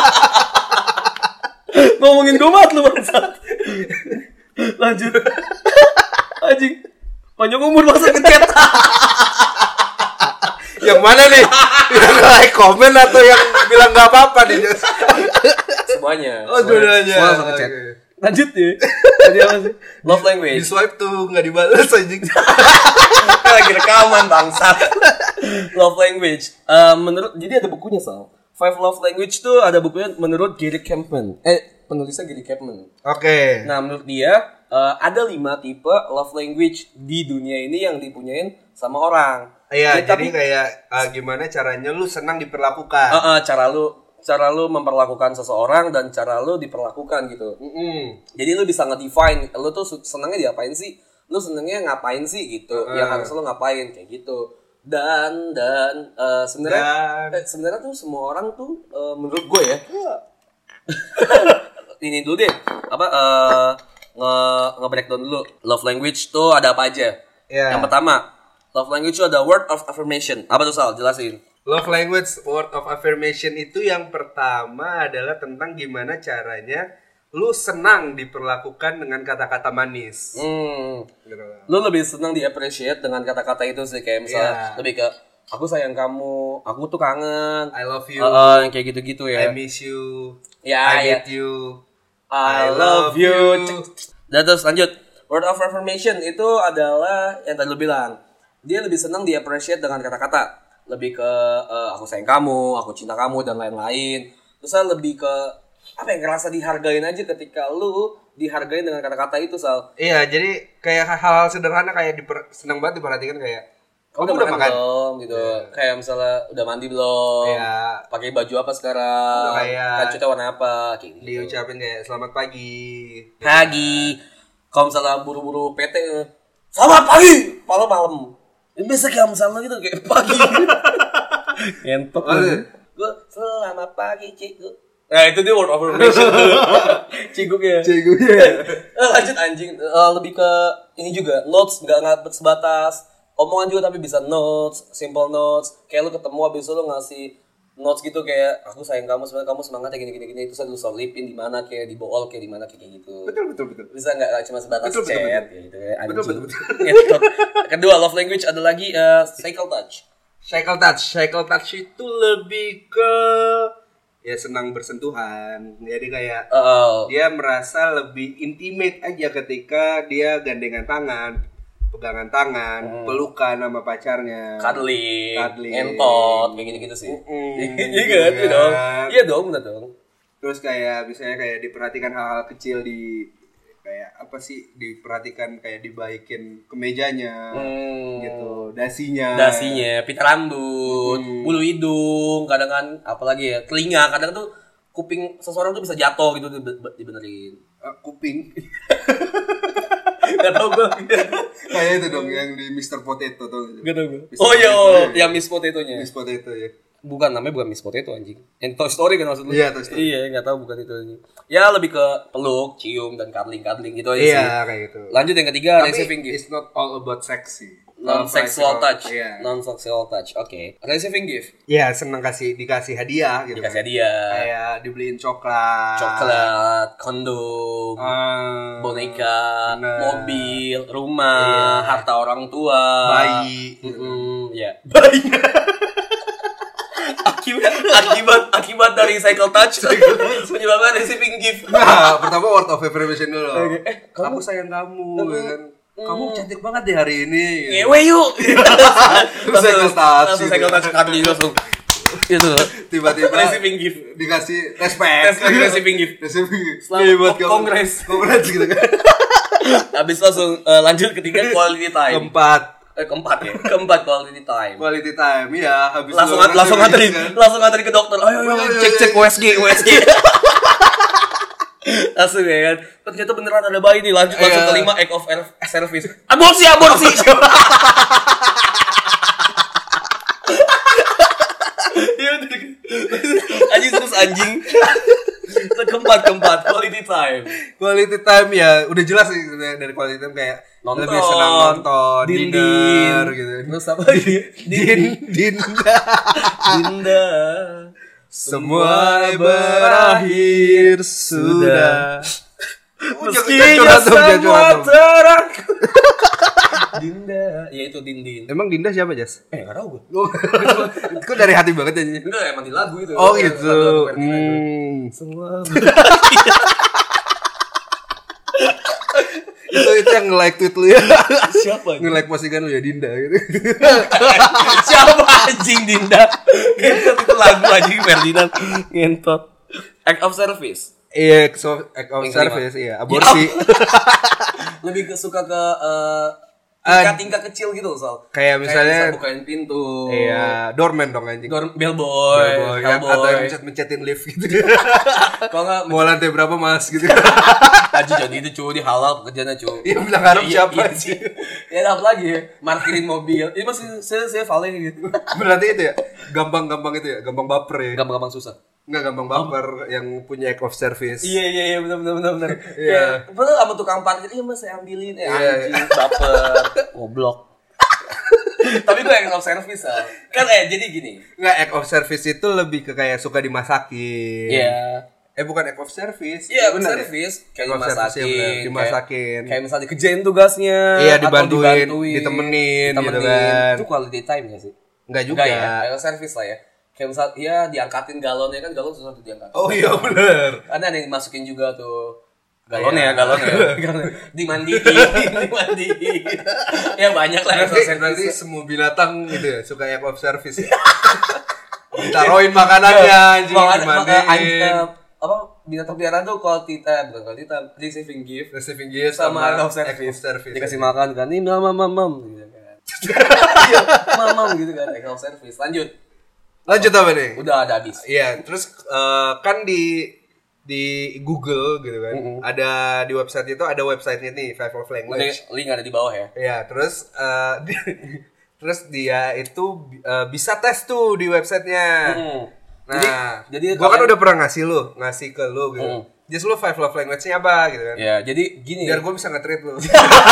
Ngomongin gue banget lu bangsat. Lanjut. Anjing. Panjang umur masa ngechat. Yang mana nih? Yang like komen atau yang bilang nggak apa-apa nih? Jas? Semuanya. Oh, dua-duanya. Semua langsung ngechat. Oke. Lanjut ya. Tadi apa sih? Love Di language. swipe tuh nggak dibalas anjing. Kita lagi rekaman bangsat. Love language. Eh, menurut jadi ada bukunya Sal. Five love language tuh ada bukunya menurut Gary Chapman. Eh, penulisnya Gary Chapman. Oke. Nah, menurut dia eh, ada lima tipe love language di dunia ini yang dipunyain sama orang. Iya, Ya, jadi kayak ah, gimana caranya lu senang diperlakukan. Eh, eh, cara lu cara lu memperlakukan seseorang dan cara lu diperlakukan gitu. Mm-mm. Jadi lu bisa nge-define lu tuh su- senangnya diapain sih? Lu senangnya ngapain sih gitu? Uh. Yang harus lu ngapain kayak gitu. Dan dan eh, sebenarnya Dan- eh, sebenarnya tuh semua orang tuh eh, menurut gue ya. Ini dulu deh. Apa eh nge nge-breakdown dulu. Love language tuh ada apa aja? Iya. Yang pertama, Love language itu ada word of affirmation. Apa tuh Sal? Jelasin. Love language word of affirmation itu yang pertama adalah tentang gimana caranya lu senang diperlakukan dengan kata-kata manis. Hmm. Gitu. Lu lebih senang di-appreciate dengan kata-kata itu sih, kayak misalnya Yeah. lebih ke aku sayang kamu, aku tuh kangen, I love you. Uh, uh, kayak gitu-gitu ya. I miss you. Ya, I ya. hate you. I love you. Dan terus lanjut. Word of affirmation itu adalah yang tadi lu bilang. Dia lebih senang di-appreciate dengan kata-kata. Lebih ke uh, aku sayang kamu, aku cinta kamu, dan lain-lain. Terus saya lebih ke apa yang ngerasa dihargain aja ketika lu dihargain dengan kata-kata itu, Sal. Iya, jadi kayak hal-hal sederhana kayak diper, senang banget diperhatikan kayak Kamu udah, udah makan, makan belum gitu. Yeah. Kayak misalnya udah mandi belum? Yeah. Pakai baju apa sekarang? Kayak Kacutnya warna apa? Kayak gitu. Diucapin kayak selamat pagi. Pagi. Kalau misalnya buru-buru P T, selamat pagi, malam malam. Ini biasa kayak misalnya gitu kayak pagi. Ngentot banget. Gue selamat pagi, Cikgu. Nah, itu dia word of affirmation tuh. Ciguk ya. Ciguk ya. Eh, lanjut anjing. Uh, lebih ke ini juga, notes enggak enggak sebatas omongan juga tapi bisa notes, simple notes. Kayak lu ketemu habis itu lu ngasih notes gitu kayak aku sayang kamu, sebenarnya kamu semangat ya gini gini gini, itu saya lu selipin di mana kayak di bool kayak di mana kayak gitu. Betul betul betul. Bisa enggak cuma sebatas betul, chat betul, betul. kayak gitu ya. Betul betul betul. Kedua, love language ada lagi uh, physical touch. Physical touch, physical touch itu lebih ke ya senang bersentuhan. Jadi kayak uh, dia merasa lebih intimate aja ketika dia gandengan tangan, pegangan tangan, hmm. pelukan sama pacarnya, cuddling, cuddling. entot, kayak gitu-gitu sih. Mm-hmm. Iya kan, iya dong. Iya dong, benar dong. Terus kayak misalnya kayak diperhatikan hal-hal kecil di kayak apa sih, diperhatikan kayak dibaikin kemejanya, hmm. gitu, dasinya, dasinya, pita rambut, hmm. bulu hidung, kadang kan apalagi ya telinga, kadang tuh kuping seseorang tuh bisa jatuh gitu dibenerin. Uh, kuping. Gak tau gue. Kayak itu dong yang di mister Potato tuh. Gak tau gue. Oh iya, oh, yang Miss Potato-nya. Miss Potato ya. Bukan, namanya bukan Miss Potato anjing. Yang Toy Story kan maksud lu? Iya, Toy Story. Iya, gak tahu bukan itu anjing. Ya lebih ke peluk, cium, dan cuddling-cuddling gitu aja iya, sih. Iya, kayak gitu. Lanjut yang ketiga, tapi receiving gift. It's not all about sexy. Non-sexual touch. Iya. Non-sexual touch, oke. Okay. Receiving gift. Iya, senang kasih dikasih hadiah gitu. Dikasih hadiah. Kayak dibeliin coklat. Coklat, kondom, uh, boneka, bener. Mobil, rumah, iya. Harta orang tua, bayi. Mm-hmm, ya. Bayi. akibat akibat akibat dari cycle touch menyebabkan receiving gift. Nah, pertama word of affirmation dulu. Okay. Eh, kamu aku sayang kamu, ya kan? Kamu cantik banget deh hari ini. Ngewe yuk. Terus cycle touch. Langsung cycle touch kami langsung. Itu tiba-tiba receiving gift dikasih respect. Receiving gift. Receiving gift. Selamat buat kongres. Kongres gitu kan. Habis langsung uh, lanjut ketiga quality time. Keempat. Eh, keempat ya, keempat quality time. Quality time, ya. Habis langsung an- langsung nganterin, kan? langsung nganterin ke dokter. Ayo, ayo, ayo cek cek U S G, U S G. Langsung ya kan. Ternyata beneran ada bayi nih. Lanjut langsung ke lima act of service. Aborsi, aborsi. Anjing terus anjing. Keempat keempat quality time. Quality time ya udah jelas sih dari quality time kayak nonton, lebih senang nonton, din, dinner din. gitu. Terus apa lagi? Din, dinda, dinda. Semua berakhir sudah. Meskinya semua terang. Dinda, ya itu Dindin. Emang Dinda siapa, Jas? Eh, enggak tahu gue. Kok dari hati banget aja. Enggak, emang di lagu itu. Oh, gitu. Hmm. Semua. itu itu yang nge-like tweet lu ya. Siapa? Nge-like postingan lu ya Dinda gitu. Siapa anjing Dinda? Ngentot itu lagu anjing Ferdinand. Ngentot. Act of service. Iya, so, act of service, iya. Aborsi. Lebih ke suka ke uh, tingkat-tingkat kecil gitu soal. Kayak misalnya kayak bukain pintu. Iya, doorman dong anjing. Door bellboy, bellboy ya, atau yang mencet-mencetin lift gitu. Kalau enggak mau lantai berapa Mas gitu. Aji jadi itu cuy, di halal pekerjaannya cuy. Iya bilang harap siapa sih? Ya apa lagi ya? Markirin mobil. Ini masih saya saya paling gitu. Berarti itu ya, gampang-gampang itu ya, gampang baper ya. Gampang-gampang susah. Enggak gampang baper yang punya act of service. Iya iya iya benar benar benar benar. Iya. Padahal sama tukang parkir, iya Mas saya ambilin. Eh anjing baper. Goblok. Tapi gue act of service lah. Kan eh jadi gini. Nggak, act of service itu lebih ke kayak suka dimasakin. Iya. Yeah. Eh bukan act of service. Iya, act of service kayak dimasakin, ya, dimasakin. Kayak, kayak misalnya dikerjain tugasnya, iya, dibantuin, atau dibantuin, ditemenin, ditemenin gitu kan. Itu quality time gak sih? Enggak juga. Enggak ya, act of service lah ya. Kayak misal ya diangkatin galonnya kan galon susah tuh diangkat. Oh iya benar. Karena ada yang dimasukin juga tuh. Galonnya, galonnya. Dimandiin, dimandiin. Ya banyak lah act of Nanti, service. nanti semua binatang gitu ya, suka act of service ya. Ditaruhin makanannya, anjing, dimandiin. Apa binatang peliharaan tuh quality time, bukan quality time, receiving gift, receiving gift sama act of service. service. Dikasih makan kan, ini mam mam mam gitu kan. Mam mam gitu kan, act of service. Lanjut. Lanjut apa nih? Udah ada habis. Iya, terus uh, kan di di Google gitu kan. Mm-hmm. Ada di website itu ada websitenya nih Five Love Language. Link ada di bawah ya. Iya, terus uh, di, terus dia itu uh, bisa tes tuh di websitenya. Mm-hmm. Nah, jadi, jadi gua kan udah pernah ngasih lu, ngasih ke lu gitu. Mm. Just lu five love language-nya apa gitu kan. Ya, jadi gini. Biar gua bisa nge-treat lu.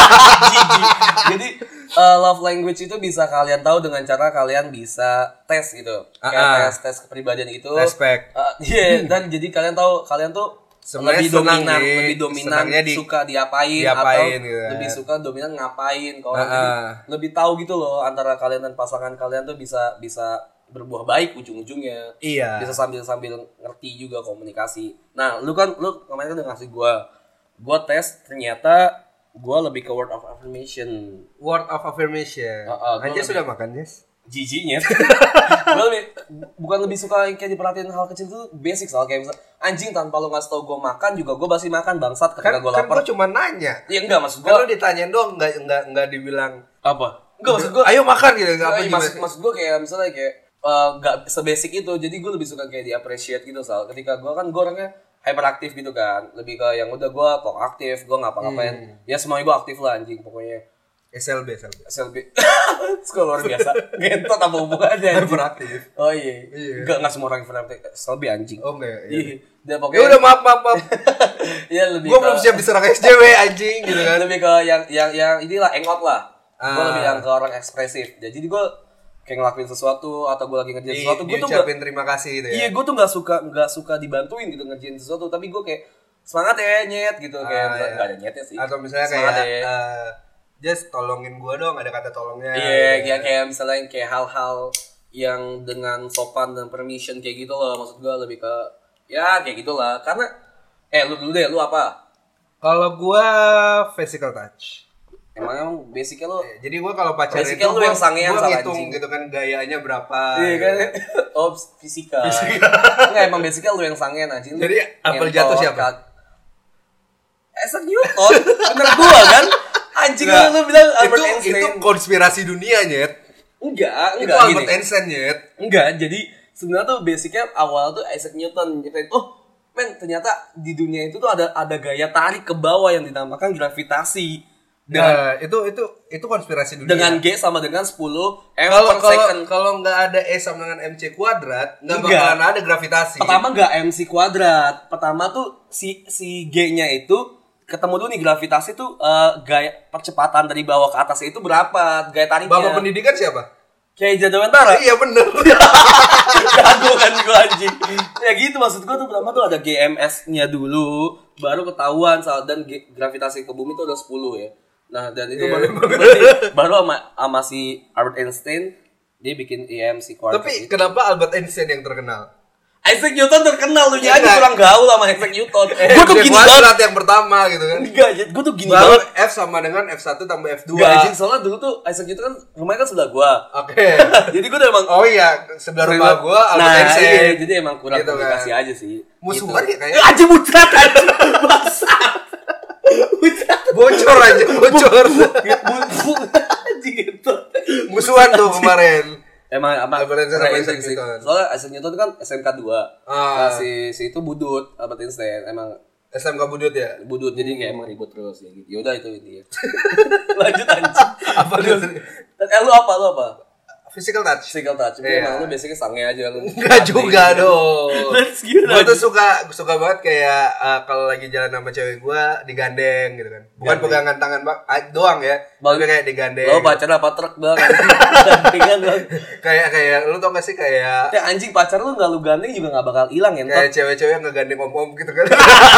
Jadi uh, love language itu bisa kalian tahu dengan cara kalian bisa tes gitu. Kayak uh-uh. tes tes kepribadian gitu. Respect. Uh, iya, yeah, dan jadi kalian tahu kalian tuh sebenarnya lebih dominan, nih, lebih dominan di, suka diapain, diapain atau gitu. lebih suka dominan ngapain. Kalau uh-uh. jadi lebih tahu gitu loh antara kalian dan pasangan kalian tuh bisa bisa berbuah baik ujung-ujungnya. Iya. Bisa sambil-sambil ngerti juga komunikasi. Nah, lu kan lu kemarin kan udah ngasih gua gua tes, ternyata gua lebih ke word of affirmation. Word of affirmation. Uh, uh, Aja sudah makan, Yes? Jijinya. Gua lebih bukan lebih suka yang kayak diperhatiin hal kecil tuh basic soal kayak misal anjing tanpa lu ngasih tau gua makan juga gua pasti makan bangsat ketika kan, gua lapar. Kan gua cuma nanya. Iya enggak maksud gua. Kalau ditanyain doang enggak enggak enggak dibilang apa? Enggak maksud gua. Ayo makan gitu enggak apa maksud, maksud gua kayak misalnya kayak nggak uh, sebasic itu, jadi gue lebih suka kayak di appreciate gitu soal ketika gue kan gue orangnya hyperaktif gitu kan, lebih ke yang udah gue talk aktif, gue ngapa-ngapain hmm. ya semuanya gue aktif lah anjing pokoknya. S L B S L B S L B sekolah luar biasa gentot apa hubungannya hyperaktif. Oh iya, iya. Gak, nggak semua orang hyperaktif S L B anjing. Oh enggak iya. Dia pokoknya ya udah maaf maaf maaf. Ya lebih gue belum siap diserang S J W anjing gitu kan. Lebih ke yang yang yang inilah hangout lah. Ah. Gue lebih yang ke orang ekspresif. Jadi gue kayak ngelakuin sesuatu atau gue lagi ngerjain sesuatu, gue tuh ngucapin terima kasih gitu ya. Iya, gue tuh nggak suka nggak suka dibantuin gitu ngerjain sesuatu, tapi gue kayak semangat ya nyet gitu ah, kayak nggak iya. ada nyetnya sih. Atau misalnya semangat kayak ya. uh, just tolongin gue dong, ada kata tolongnya. Iya, gitu. Kayak misalnya kayak hal-hal yang dengan sopan dan permission kayak gitu loh, maksud gue lebih ke ya kayak gitulah. Karena eh lu dulu deh, lu apa? Kalau gue physical touch. Emang emang basicnya lo jadi gue kalau pacaran itu gue yang sangean gue ngitung gitu kan gayanya berapa iya kan oh fisika nggak emang basicnya lo yang sangean aja jadi apel jatuh siapa Isaac Newton bener gue kan anjing nah, lo bilang Albert itu, Einstein itu konspirasi dunia nyet enggak itu enggak Albert gini. Einstein nyet enggak jadi sebenarnya tuh basicnya awal tuh Isaac Newton nyeritain oh men ternyata di dunia itu tuh ada ada gaya tarik ke bawah yang dinamakan gravitasi. Dengan, nah, itu itu itu konspirasi dunia. Dengan G sama dengan sepuluh M kalau, per kalau, second. Kalau nggak ada E sama dengan M C kuadrat, nggak bakalan ada gravitasi. Pertama nggak M C kuadrat. Pertama tuh si si G-nya itu ketemu dulu nih gravitasi tuh uh, gaya percepatan dari bawah ke atas itu berapa? Gaya tariknya. Bapak pendidikan siapa? Kayak Jadawantara. Iya bener. Jago kan gue anjing. Ya gitu maksud gue tuh pertama tuh ada G M S-nya dulu, baru ketahuan soal dan G- gravitasi ke bumi tuh udah sepuluh ya. Nah dan itu yeah. baru baru sama, sama si Albert Einstein dia bikin E M C kuadrat. Tapi itu. Kenapa Albert Einstein yang terkenal? Isaac Newton terkenal lu nya aja kurang gaul sama Isaac Newton. Eh, gue tuh gini banget yang pertama gitu kan. Enggak, gue tuh gini baru banget. F sama dengan F satu tambah F dua. Enggak, anjing soalnya dulu tuh Isaac Newton kan rumahnya kan sebelah gua. Oke. Okay. Jadi gue udah emang oh iya, sebelah rumah gua Albert nah, Einstein. Iya, jadi emang kurang gitu komunikasi kan. aja sih. Musuhan gitu. Ya kayaknya. Anjing muncrat anjing. Bangsat. Bocor aja, bocor. Anjing gitu. Musuhan tuh kemarin. Emang apa? Albert Einstein sih. Soalnya Isaac Newton kan S M K dua. Ah. Nah, si si itu budut Albert Einstein emang S M K budut ya? Budut jadi kayak emang ribut terus ya gitu. Yaudah itu intinya. Lanjut anjing. Apa terus? Eh lu apa lu apa? physical touch. Physical touch. Tapi Iya. emang lu basicnya sange aja lu. Enggak juga dong. Let's gila. Gue tuh suka suka banget kayak uh, kalau lagi jalan sama cewek gue digandeng gitu kan. Bukan Gandeng. pegangan tangan bang, ah, doang ya. Bang. Tapi kayak digandeng. Lo pacaran apa truk bang? Gandingan bang. kayak kayak lu tau gak sih kayak Ya anjing pacar lu nggak lu gandeng juga nggak bakal hilang ya. kayak cewek-cewek yang ngegandeng om-om gitu kan.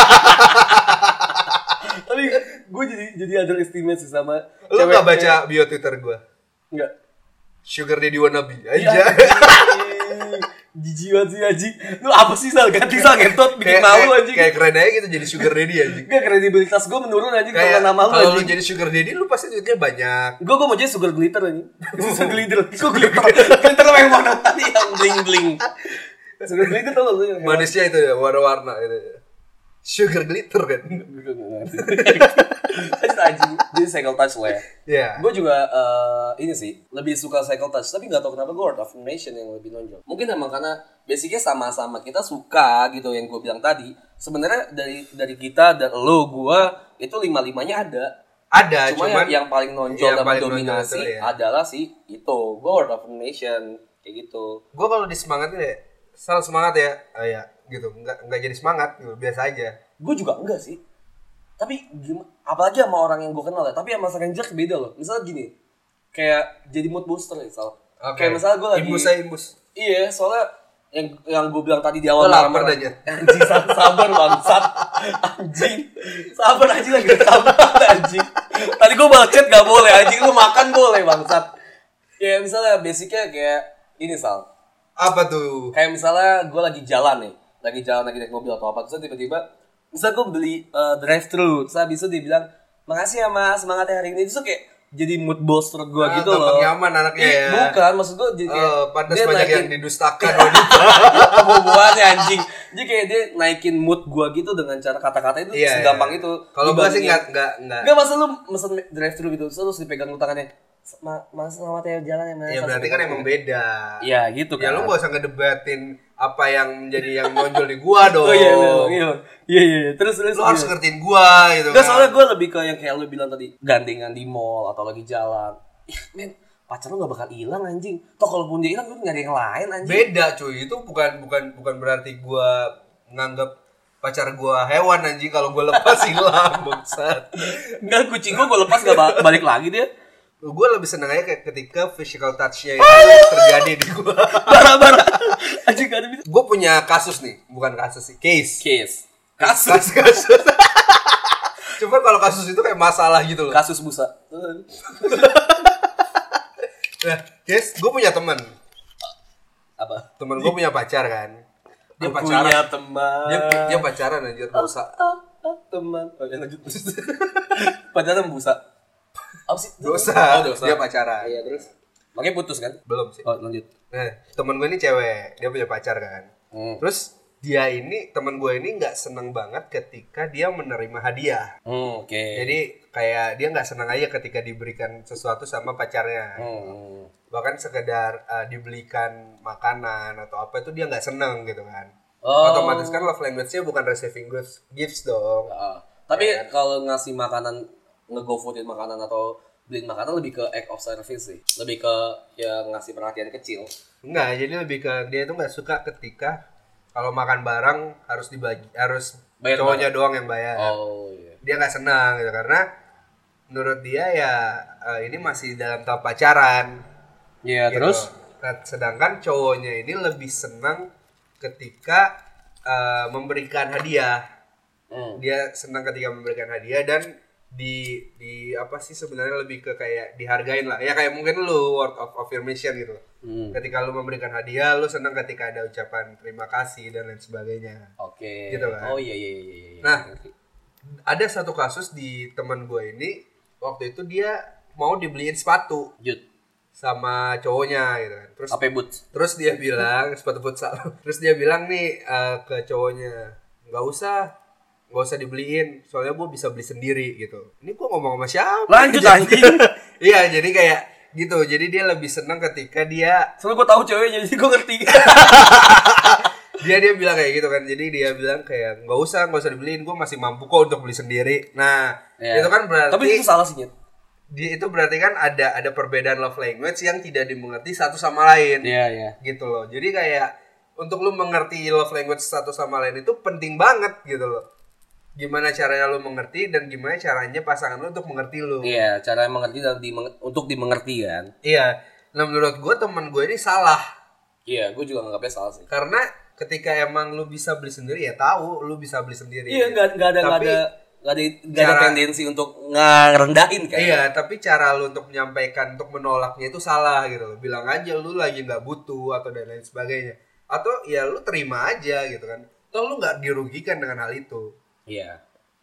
Tapi gue jadi jadi underestimate sih sama. Lu cewek gak baca kayak- bio Twitter gue? Nggak. Sugar Daddy wannabe Ya, aja. Jijik banget sih anjing. Lu apa sih Sal? Ganti Sal gentot bikin kayak, malu kayak, anjing. kayak keren aja gitu jadi sugar daddy anjing. Gak kredibilitas gue menurun anjing Kayak kalau nama lu kalau lu anjing. jadi sugar daddy lu pasti duitnya banyak. Gue gue mau jadi sugar glitter anjing. Sugar glitter. Sugar glitter. Glitter yang mana tadi yang bling bling. Sugar glitter tau gak lu yang Manisnya itu ya warna-warna gitu. Sugar glitter kan. Lanjut anjing. Jadi cycle touch lah ya. Iya. Gue juga eh, ini sih lebih suka cycle touch, tapi nggak tahu kenapa gue word affirmation yang lebih nonjol. Mungkin emang karena basicnya sama-sama kita suka gitu yang gue bilang tadi. Sebenarnya dari dari kita dan lo gue itu lima limanya ada. Ada, Cuma cuman yang, yang paling nonjol yang dan paling mendominasi nonjol itu, ya. adalah si itu. Gue word affirmation kayak gitu. gue kalau disemangatin ya, sal semangat ya, oh ya gitu, nggak nggak jadi semangat gitu, biasa aja. Gue juga enggak sih. Tapi gimana? Apalagi sama orang yang gue kenal ya. Tapi sama stranger beda loh. Misalnya gini, kayak jadi mood booster ya, Sal. Oke. Kayak misalnya gue lagi imbus aja imbus. Iya, soalnya yang yang gue bilang tadi di awal Lo lapar marah-marah. dah, Jan. Anjing, sa- sabar bangsat. Anjing. Sabar anjing lagi sabar anjing. Tadi gue balas chat gak boleh anjing, lu makan boleh bangsat. Kayak misalnya basicnya kayak ini Sal. Apa tuh? Kayak misalnya gue lagi jalan nih, lagi jalan lagi naik mobil atau apa, terus tiba-tiba misalnya gue beli uh, drive thru, terus habis itu dia bilang makasih ya mas, semangat ya hari ini, terus kayak jadi mood booster gue Ah, gitu gampang loh. nyaman anaknya Ih, ya. bukan, maksud gue jadi kayak Oh, pantas dia banyak naikin- yang didustakan wanita. hubungannya anjing. Jadi kayak dia naikin mood gue gitu dengan cara kata-kata itu Iya, segampang iya. itu. Kalau gue sih Dibandingin- nggak nggak nggak. Nggak, masa lu mesen drive thru gitu, terus lu dipegang lu tangannya. Ma, mas selamat ya jalan ya mas. Ya berarti kan emang beda. Iya gitu Ya kan. lu gak usah ngedebatin apa yang menjadi yang nonjol di gua dong. Oh iya iya iya. Iya iya. Terus terus. Lu harus iya. ngertiin gua gitu Enggak, kan. soalnya gue lebih ke yang kayak lu bilang tadi, gandengan di mall atau lagi jalan. Ih, men, pacar lu gak bakal hilang anjing. Toh kalaupun dia hilang, lu nyari yang lain anjing. Beda cuy, itu bukan bukan bukan berarti gua nganggap pacar gua hewan anjing kalau gua lepas hilang bangsat. Enggak, kucing gue gue lepas gak ba- balik lagi dia. Gua lebih seneng aja kayak ketika physical touch-nya itu terjadi di gua. Bara-bara. Anjing gak ada bisa. Gua punya kasus nih, bukan kasus sih, case. Case. Kasus Kasus. kasus. Cuma kalau kasus itu kayak masalah gitu loh. Kasus busa. Nah, case gua punya teman. Apa? Temen gua punya pacar kan. Dia Gua pacaran. punya teman. Dia, dia pacaran anjir, dosa. Ah, ah, teman. Oh, ya, lanjut. Pacaran busa. Apa sih? Dosa. Oh, dosa. Dia pacaran. Iya, terus. Makanya putus kan? Belum sih. Oh, lanjut. Nah, temen gue ini cewek, dia punya pacar kan. Hmm. Terus dia ini, temen gue ini nggak seneng banget ketika dia menerima hadiah. Hmm, oke. Jadi kayak dia nggak seneng aja ketika diberikan sesuatu sama pacarnya. Hmm. Bahkan sekedar uh, dibelikan makanan atau apa itu dia nggak seneng gitu kan. Oh. Otomatis kan love language-nya bukan receiving gifts, gifts dong. Ah, tapi kalau ngasih makanan, nge-go-foodin makanan atau beliin makanan lebih ke act of service sih. Lebih ke ya ngasih perhatian kecil. Enggak, jadi lebih ke dia itu nggak suka ketika kalau makan bareng harus dibagi, harus Bayar cowoknya doang yang bayar. Oh iya. Dia nggak senang gitu karena menurut dia ya eh, ini masih dalam tahap pacaran. Iya, gitu. terus Nah, sedangkan cowoknya ini lebih senang ketika eh, memberikan hadiah. hmm. Dia senang ketika memberikan hadiah dan di di apa sih sebenarnya lebih ke kayak dihargain lah. Ya kayak mungkin lu word of affirmation gitu. Hmm. Ketika lu memberikan hadiah, lu senang ketika ada ucapan terima kasih dan lain sebagainya. Oke. Gitu kan. Oh iya iya iya iya. Nah, ada satu kasus di teman gue ini waktu itu dia mau dibeliin sepatu Jut. sama cowoknya gitu kan. Terus Apa but? terus dia bilang sepatu futsal. Terus dia bilang nih eh, ke cowoknya, nggak usah, nggak usah dibeliin, soalnya gue bisa beli sendiri gitu. Ini gue ngomong sama siapa? Lanjut anjing. Iya, jadi kayak gitu. Jadi dia lebih senang ketika dia Soalnya gue tahu ceweknya jadi gue ngerti. dia dia bilang kayak gitu kan. Jadi dia bilang kayak nggak usah, nggak usah dibeliin, gue masih mampu kok untuk beli sendiri. Nah, Iya. itu kan berarti Tapi itu salah sih, Nyet. Dia itu berarti kan ada ada perbedaan love language yang tidak dimengerti satu sama lain. Iya, iya. Gitu loh. Jadi kayak untuk lu mengerti love language satu sama lain itu penting banget gitu loh. Gimana caranya lu mengerti dan gimana caranya pasangan lu untuk mengerti lu. Iya, cara mengerti dan dimeng- untuk dimengerti kan. Iya. Nah menurut gue teman gue ini salah. Iya, gue juga nganggapnya salah sih. Karena ketika emang lu bisa beli sendiri ya tahu lu bisa beli sendiri. Iya, nggak nggak ada nggak Tapi, ada nggak ada nggak ada cara- tendensi untuk ngerendahin kan. Iya, tapi cara lu untuk menyampaikan, untuk menolaknya itu salah gitu loh. Bilang aja lu lagi nggak butuh atau dan lain sebagainya. Atau ya lu terima aja gitu kan. Toh lu nggak dirugikan dengan hal itu. Iya.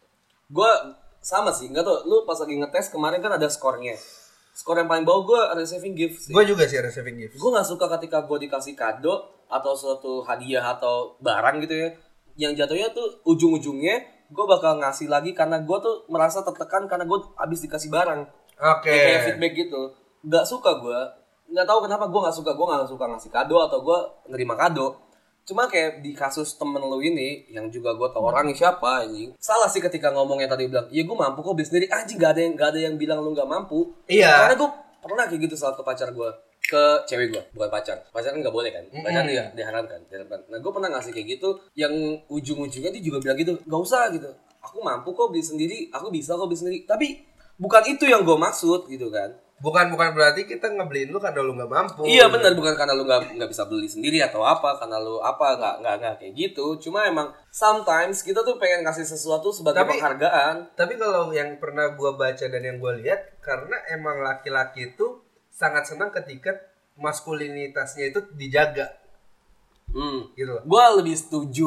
Gue sama sih, nggak tau. Lu pas lagi ngetes kemarin kan ada skornya. Skor yang paling bawah gue receiving gift sih. Gue juga sih receiving gift. Gue nggak suka ketika gue dikasih kado atau suatu hadiah atau barang gitu ya, yang jatuhnya tuh ujung-ujungnya gue bakal ngasih lagi karena gue tuh merasa tertekan karena gue abis dikasih barang. Oke. Ya, kayak feedback gitu. Nggak suka gue. Nggak tahu kenapa gue nggak suka. Gue nggak suka ngasih kado atau gue nerima kado. Cuma kayak di kasus temen lu ini, yang juga gue tau orangnya siapa anjing. Salah sih ketika ngomongnya tadi bilang, ya gue mampu kok beli sendiri. Anjing gak ada yang gak ada yang bilang lu gak mampu. Iya. Karena gue pernah kayak gitu saat ke pacar gue, ke cewek gue, bukan pacar. Pacaran nggak boleh kan? Pacaran Mm-mm. dia diharamkan, diharamkan. Nah gue pernah ngasih kayak gitu, yang ujung-ujungnya dia juga bilang gitu, nggak usah gitu. Aku mampu kok beli sendiri, aku bisa kok beli sendiri. Tapi bukan itu yang gue maksud gitu kan. Bukan bukan berarti kita ngebeliin lu karena lu nggak mampu. Iya benar, bukan karena lu nggak nggak bisa beli sendiri atau apa, karena lu apa nggak nggak nggak kayak gitu. Cuma emang sometimes kita tuh pengen kasih sesuatu sebagai Tapi- penghargaan. Tapi kalau yang pernah gua baca dan yang gua lihat, karena emang laki-laki itu sangat senang ketika maskulinitasnya itu dijaga Hmm. gitu loh. Gue lebih setuju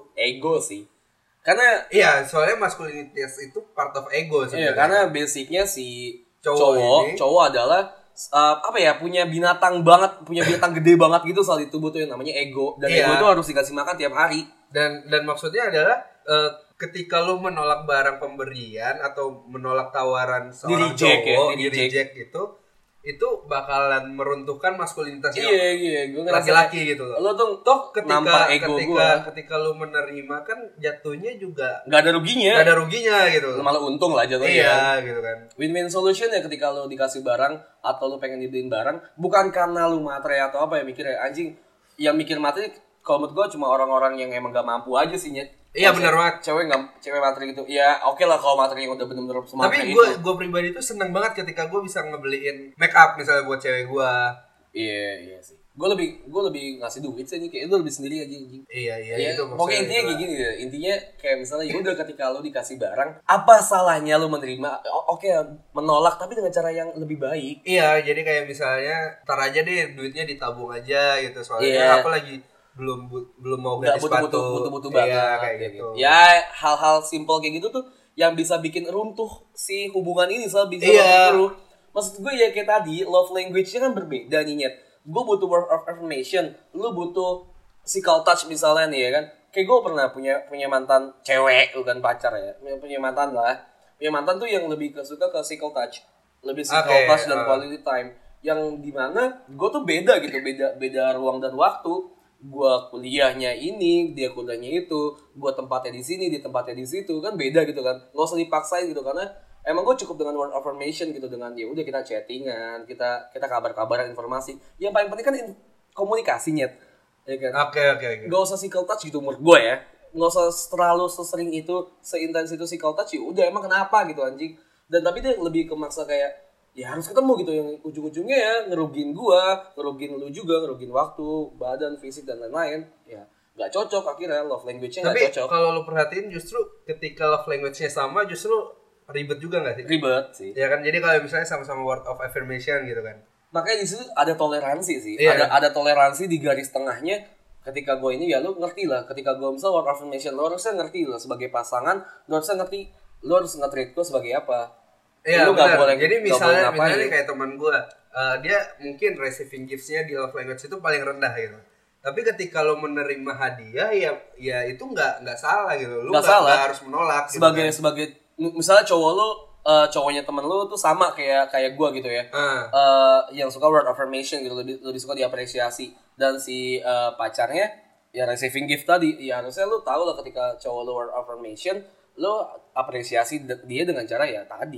ego sih, karena Iya, soalnya maskulinitas itu part of ego iya, sebenarnya. karena basicnya si Cowok cowok ini- cowok adalah uh, apa ya, punya binatang banget, punya binatang gede banget gitu soal di tubuh tuh yang namanya ego, dan Iya. ego itu harus dikasih makan tiap hari. dan dan maksudnya adalah eh, ketika lu menolak barang pemberian atau menolak tawaran seorang Di-reject ya, cowok, di-reject. di-reject gitu, itu bakalan meruntuhkan maskulinitasnya Iya iya, gue ngerasa laki-laki gitu loh. lo tuh Toh ketika nampar ego ketika gue, ketika lu menerima kan jatuhnya juga nggak ada ruginya, gak ada ruginya gitu. malah untung lah jatuhnya. Iya gitu kan. Win-win solution ya ketika lo dikasih barang atau lo pengen dibeliin barang, bukan karena lo materi atau apa ya mikirnya anjing. Yang mikir materi kalau menurut gue cuma orang-orang yang emang gak mampu aja sih Nyet. Iya, Kalau benar cewek- banget. Cewek nggak cewek materi gitu. Ya oke lah kalau materi yang udah bener-bener semata Tapi itu. gue gue pribadi tuh seneng banget ketika gue bisa ngebeliin make up misalnya buat cewek gue. Iya iya sih. Gue lebih gue lebih ngasih duit sih nih, kayak lo lebih sendiri aja anjing. Iya iya Ya, itu pokoknya maksudnya intinya gitu kayak lah. gini ya. Intinya kayak misalnya ya udah ketika lo dikasih barang, apa salahnya lo menerima? O- Oke, menolak tapi dengan cara yang lebih baik. Iya, jadi kayak misalnya tar aja deh duitnya ditabung aja gitu soalnya Iya. aku lagi belum bu- belum mau Nggak ganti sepatu. butuh-butuh butuh-butuh Iya, banget kayak gitu. Ya hal-hal simpel kayak gitu tuh yang bisa bikin runtuh si hubungan ini, soal bisa Iya. runtuh. Maksud gue ya kayak tadi love language-nya kan berbeda nih Nyet. Gue butuh word of affirmation, lu butuh physical touch misalnya nih ya kan. Kayak gue pernah punya punya mantan cewek, bukan pacar ya, punya, punya mantan lah. Punya mantan tuh yang lebih ke suka ke physical touch, lebih physical Oke, touch dan uh. quality time. Yang dimana gue tuh beda gitu, beda beda ruang dan waktu. Gua kuliahnya ini, dia kuliahnya itu, gua tempatnya di sini, dia tempatnya di situ, kan beda gitu kan. Nggak usah dipaksain gitu karena emang gue cukup dengan word affirmation gitu, dengan ya udah kita chattingan, kita kita kabar-kabaran informasi. Yang paling penting kan in- komunikasinya, ya kan. Oke oke oke. Gak usah physical touch gitu menurut gue ya. Nggak usah terlalu sesering itu, seintens itu physical touch, ya udah emang kenapa gitu anjing. Dan tapi dia lebih ke maksa kayak ya harus ketemu gitu, yang ujung-ujungnya ya ngerugiin gua, ngerugiin lu juga, ngerugiin waktu, badan, fisik dan lain-lain. Ya nggak cocok akhirnya, love language-nya nggak Tapi cocok. kalau lu perhatiin justru ketika love language-nya sama justru ribet juga nggak sih? Ribet sih. Ya kan, jadi kalau misalnya sama-sama word of affirmation gitu kan. Makanya di situ ada toleransi sih. Iya. Ada ada toleransi di garis tengahnya. Ketika gue ini ya lu ngerti lah. Ketika gue misal word of affirmation, lu harusnya ngerti lah sebagai pasangan, lu harusnya ngerti, lu harus nge-treat gue sebagai apa. Iya Lu nggak benar. boleh- Jadi nggak misalnya boleh ngapain. misalnya nih kayak teman gue, uh, dia mungkin receiving gifts-nya di love language itu paling rendah gitu. Tapi ketika lo menerima hadiah ya ya itu nggak nggak salah gitu. Lu Nggak nggak salah. nggak harus menolak. gitu Sebagai kan. sebagai misalnya cowok lu, eh, cowoknya temen lu tuh sama kayak kayak gue gitu ya. Ah. Eh, yang suka word affirmation gitu, lebih, lebih suka diapresiasi, dan si eh, pacarnya ya receiving gift tadi, ya harusnya lu tahu lah ketika cowok lu word affirmation, lu apresiasi de- dia dengan cara ya tadi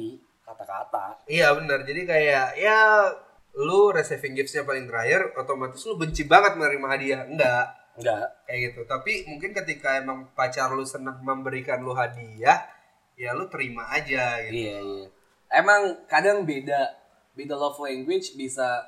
kata-kata. Iya benar. Jadi kayak ya lu receiving gifts-nya paling terakhir, otomatis lu benci banget menerima hadiah. Enggak. Enggak. Kayak gitu. Tapi mungkin ketika emang pacar lu senang memberikan lu hadiah, ya lu terima aja gitu. Iya, iya. Emang kadang beda beda love language bisa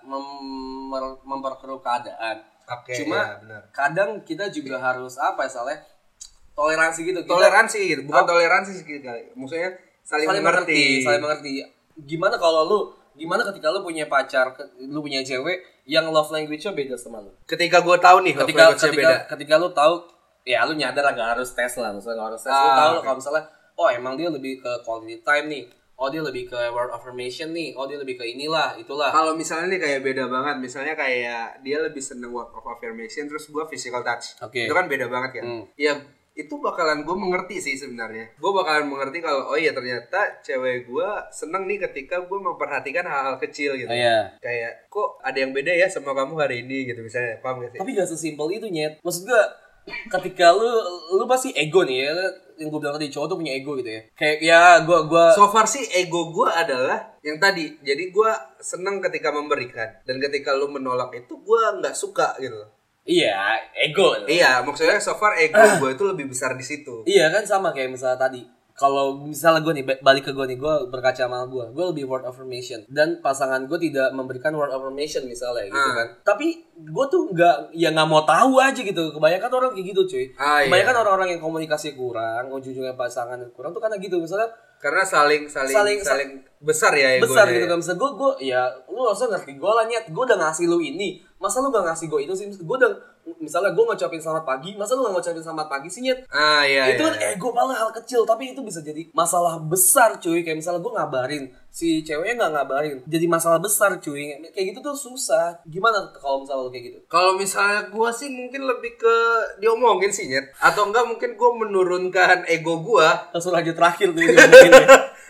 mem- memperkeruh keadaan. Oke, Cuma ya, benar. kadang kita juga harus apa ya, Saleh? Toleransi gitu. Kita, Toleransi gitu. Bukan Oh. toleransi sih kali. Maksudnya saling, saling mengerti. mengerti, saling mengerti. Gimana kalau lu gimana ketika lu punya pacar, ke- lu punya cewek yang love language-nya beda sama lu? Ketika gue tahu nih love Ketika language-nya ketika beda. ketika lu tahu, ya lu nyadar lah, gak harus tes lah, misalnya gak harus tes. Lu Ah, tahu oke. kalau misalnya, oh emang dia lebih ke quality time nih, oh dia lebih ke word affirmation nih, oh dia lebih ke inilah, itulah. Kalau misalnya nih kayak beda banget, misalnya kayak dia lebih seneng word of affirmation, terus gue physical touch. Oke. Itu kan beda banget kan. Hmm. Ya itu bakalan gue mengerti sih sebenarnya. Gue bakalan mengerti kalau oh iya ternyata cewek gue seneng nih ketika gue memperhatikan hal-hal kecil gitu. Oh, iya. Kayak kok ada yang beda ya sama kamu hari ini gitu misalnya, paham gak sih? Tapi gak sesimpel itu, Nyet. Maksud gue, ketika lu lu pasti ego nih ya, yang gue bilang tadi, cowok tuh punya ego gitu ya. Kayak ya gue gue So far sih ego gue adalah yang tadi. Jadi gue seneng ketika memberikan, dan ketika lu menolak itu gue nggak suka gitu. iya ego. Iya, maksudnya so far ego gue itu lebih besar di situ. Iya kan, sama kayak misalnya tadi. Kalau misalnya gue nih, balik ke gue nih, gue berkaca sama gue, gue lebih word affirmation, dan pasangan gue tidak memberikan word affirmation misalnya gitu Ah. kan. Tapi gue tuh nggak, ya nggak mau tahu aja gitu. Kebanyakan orang kayak gitu cuy. Ah, iya. Kebanyakan orang-orang yang komunikasi kurang, ujung-ujungnya pasangan kurang tuh karena gitu. Misalnya Karena saling saling Saling- saling, besar ya egonya. besar gitu ya. kan. Misalnya gue, gue ya lu harusnya ngerti gue lah, Nyet. Gue udah ngasih lu ini, masa lu gak ngasih gue itu sih? Gue udah, misalnya gue ngucapin selamat pagi, masa lu gak ngucapin selamat pagi sih, Nyet? Ah iya. Itu kan iya. ego, malah hal kecil, tapi itu bisa jadi masalah besar cuy. Kayak misalnya gue ngabarin, si ceweknya gak ngabarin, jadi masalah besar cuy. Kayak gitu tuh susah. Gimana kalau misalnya lu kayak gitu? Kalau misalnya gue sih mungkin lebih ke diomongin sih Nyet. Atau enggak mungkin gue menurunkan ego gue. Langsung aja terakhir tuh ini mungkin ya.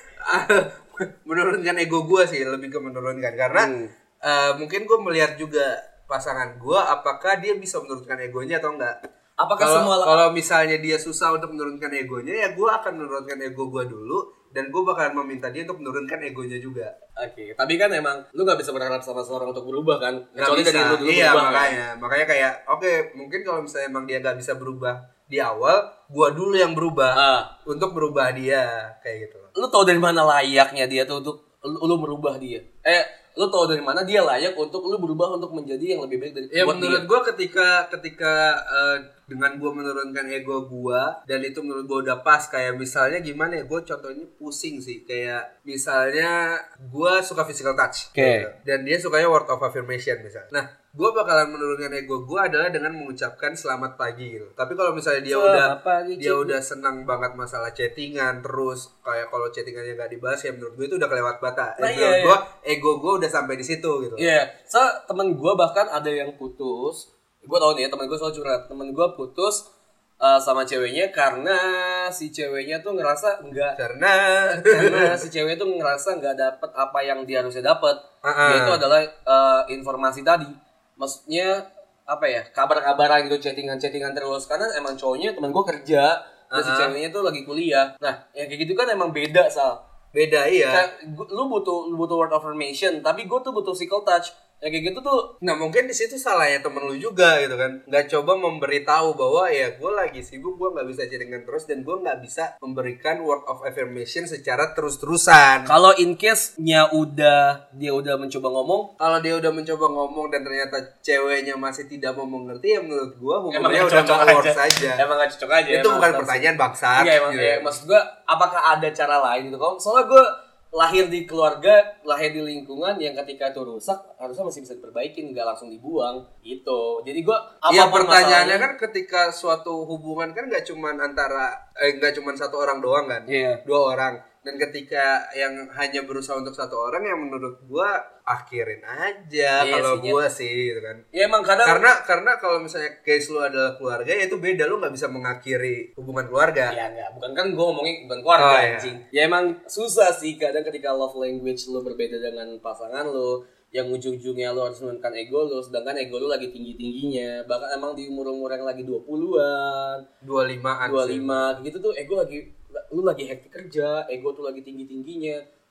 Menurunkan ego gue sih, lebih ke menurunkan. Karena Hmm. eh, mungkin gue melihat juga pasangan gue apakah dia bisa menurunkan egonya atau enggak. Apakah Kalau semua kalau misalnya dia susah untuk menurunkan egonya, ya gue akan menurunkan ego gue dulu, dan gue bakalan meminta dia untuk menurunkan egonya juga. Oke, tapi kan emang lu gak bisa berharap sama seorang untuk berubah kan? Nggak Kecuali bisa. dari lu dulu Iya, berubah kan? makanya makanya kayak oke, mungkin kalau misalnya emang dia nggak bisa berubah di awal, gue dulu yang berubah Ah. untuk berubah dia kayak gitu. Lu tau dari mana layaknya dia tuh untuk lu, lu merubah dia? Eh, lu tau dari mana dia layak untuk lu berubah untuk menjadi yang lebih baik dari Ya buat menurut dia? gue ketika ketika eh, dengan gue menurunkan ego gue, dan itu menurut gue udah pas. Kayak misalnya gimana ya, gue contohnya pusing sih. Kayak misalnya gue suka physical touch, Oke. gitu. Dan dia sukanya word of affirmation misalnya. Nah, gue bakalan menurunkan ego gue adalah dengan mengucapkan selamat pagi gitu. Tapi kalau misalnya dia Selamat udah pagi, dia Cik. udah senang banget masalah chattingan, terus kayak kalau chattingannya nggak dibahas, ya menurut gue itu udah kelewat batas. Nah, Eh, iya, menurut iya. gue ego gue udah sampai di situ gitu. Iya, so temen gue bahkan ada yang putus. Gue tau nih ya, temen gue soal curhat. Temen gue putus uh, sama ceweknya karena si ceweknya tuh ngerasa enggak, Karena karena si cewek tuh ngerasa nggak dapet apa yang dia harusnya dapet. Ah-ah. Yaitu adalah uh, informasi tadi. Maksudnya apa ya, kabar-kabaran gitu, chattingan-chattingan terus. Karena emang cowoknya temen gue kerja, dan si Ah-ah. ceweknya tuh lagi kuliah. Nah, yang kayak gitu kan emang beda, Sal. beda iya. Kayak gua- lu butuh lu butuh word affirmation, tapi gue tuh butuh physical touch. Ya kayak gitu tuh. Nah mungkin di situ salahnya temen lu juga gitu kan, nggak coba memberitahu bahwa ya gue lagi sibuk, gue nggak bisa chattingan terus, dan gue nggak bisa memberikan word of affirmation secara terus-terusan. Kalau in case-nya udah dia udah mencoba ngomong, Kalau dia udah mencoba ngomong dan ternyata ceweknya masih tidak mau mengerti, ya menurut gue emang hubungannya gak udah cocok nggak works aja. aja. Emang gak cocok aja. Itu emang bukan harus- pertanyaan bangsat. Iya emang, gitu. ya, maksud gue, apakah ada cara lain gitu? Kalau soalnya gue lahir di keluarga, lahir di lingkungan yang ketika itu rusak harusnya masih bisa diperbaikin, nggak langsung dibuang gitu. Jadi gue Iya, apapun pertanyaannya masalahnya- kan ketika suatu hubungan kan nggak cuman antara eh nggak cuman satu orang doang kan, Iya. dua orang. Dan ketika yang hanya berusaha untuk satu orang, yang menurut gua akhirin aja. Iya Kalau sih, gua sih gitu kan. ya emang kadang Karena karena kalau misalnya case lu adalah keluarga, ya itu beda, lu nggak bisa mengakhiri hubungan keluarga. ya enggak, bukan kan gue ngomongin bukan keluarga Oh, iya. anjing. Ya emang susah sih kadang ketika love language lu berbeda dengan pasangan lu, yang ujung-ujungnya lu harus menurunkan ego lu, sedangkan ego lu lagi tinggi-tingginya. Bahkan emang di umur-umur yang lagi dua puluhan, dua limaan dua puluh lima gitu tuh ego lagi, lu lagi hektik kerja, ego tuh lagi tinggi-tingginya.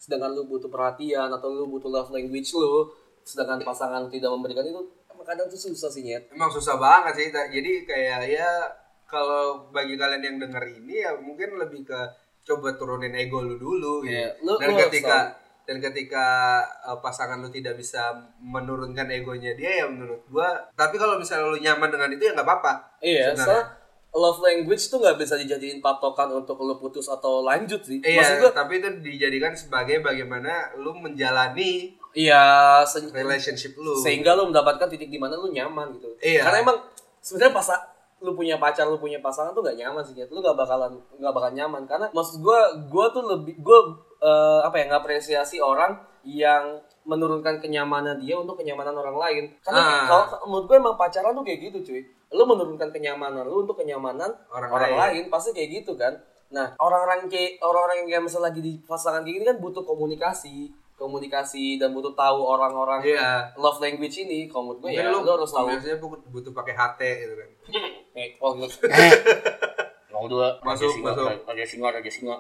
sedangkan lu butuh perhatian atau lu butuh love language lu, sedangkan pasangan tidak memberikan itu, emang kadang tuh susah sih Nyet. Emang susah banget sih. Jadi kayak ya kalau bagi kalian yang denger ini ya mungkin lebih ke coba turunin ego lu dulu gitu. Yeah, lu, dan lu ketika harus dan ketika uh, pasangan lu tidak bisa menurunkan egonya dia ya menurut gua, tapi kalau misalnya lu nyaman dengan itu ya nggak apa-apa. Iya, soalnya love language tuh nggak bisa dijadiin patokan untuk lu putus atau lanjut sih. Iya, Maksud gua, tapi itu dijadikan sebagai bagaimana lu menjalani iya, se- relationship lu. sehingga lu mendapatkan titik di mana lu nyaman gitu. Iya. Karena emang sebenarnya pas lu punya pacar, lu punya pasangan tuh gak nyaman sih. Lu gak bakalan gak bakal nyaman karena maksud gua gua tuh lebih gua uh, apa ya, ngapresiasi orang yang menurunkan kenyamanan dia untuk kenyamanan orang lain. Karena Ah. kalau menurut gue emang pacaran tuh kayak gitu, cuy. Lu menurunkan kenyamanan lu untuk kenyamanan Orang orang, lain. lain, pasti kayak gitu kan. Nah, orang-orang kayak orang-orang yang kayak misalnya lagi di pasangan kayak gini kan butuh komunikasi, komunikasi dan butuh tahu orang-orang Iya. love language ini. Kalau menurut gue Mungkin ya lu, lu harus tahu. biasanya butuh, butuh pakai H T gitu kan. Eh, oh gitu. Mau dua, Masuk, raja singa, masuk. raja singa, raja singa.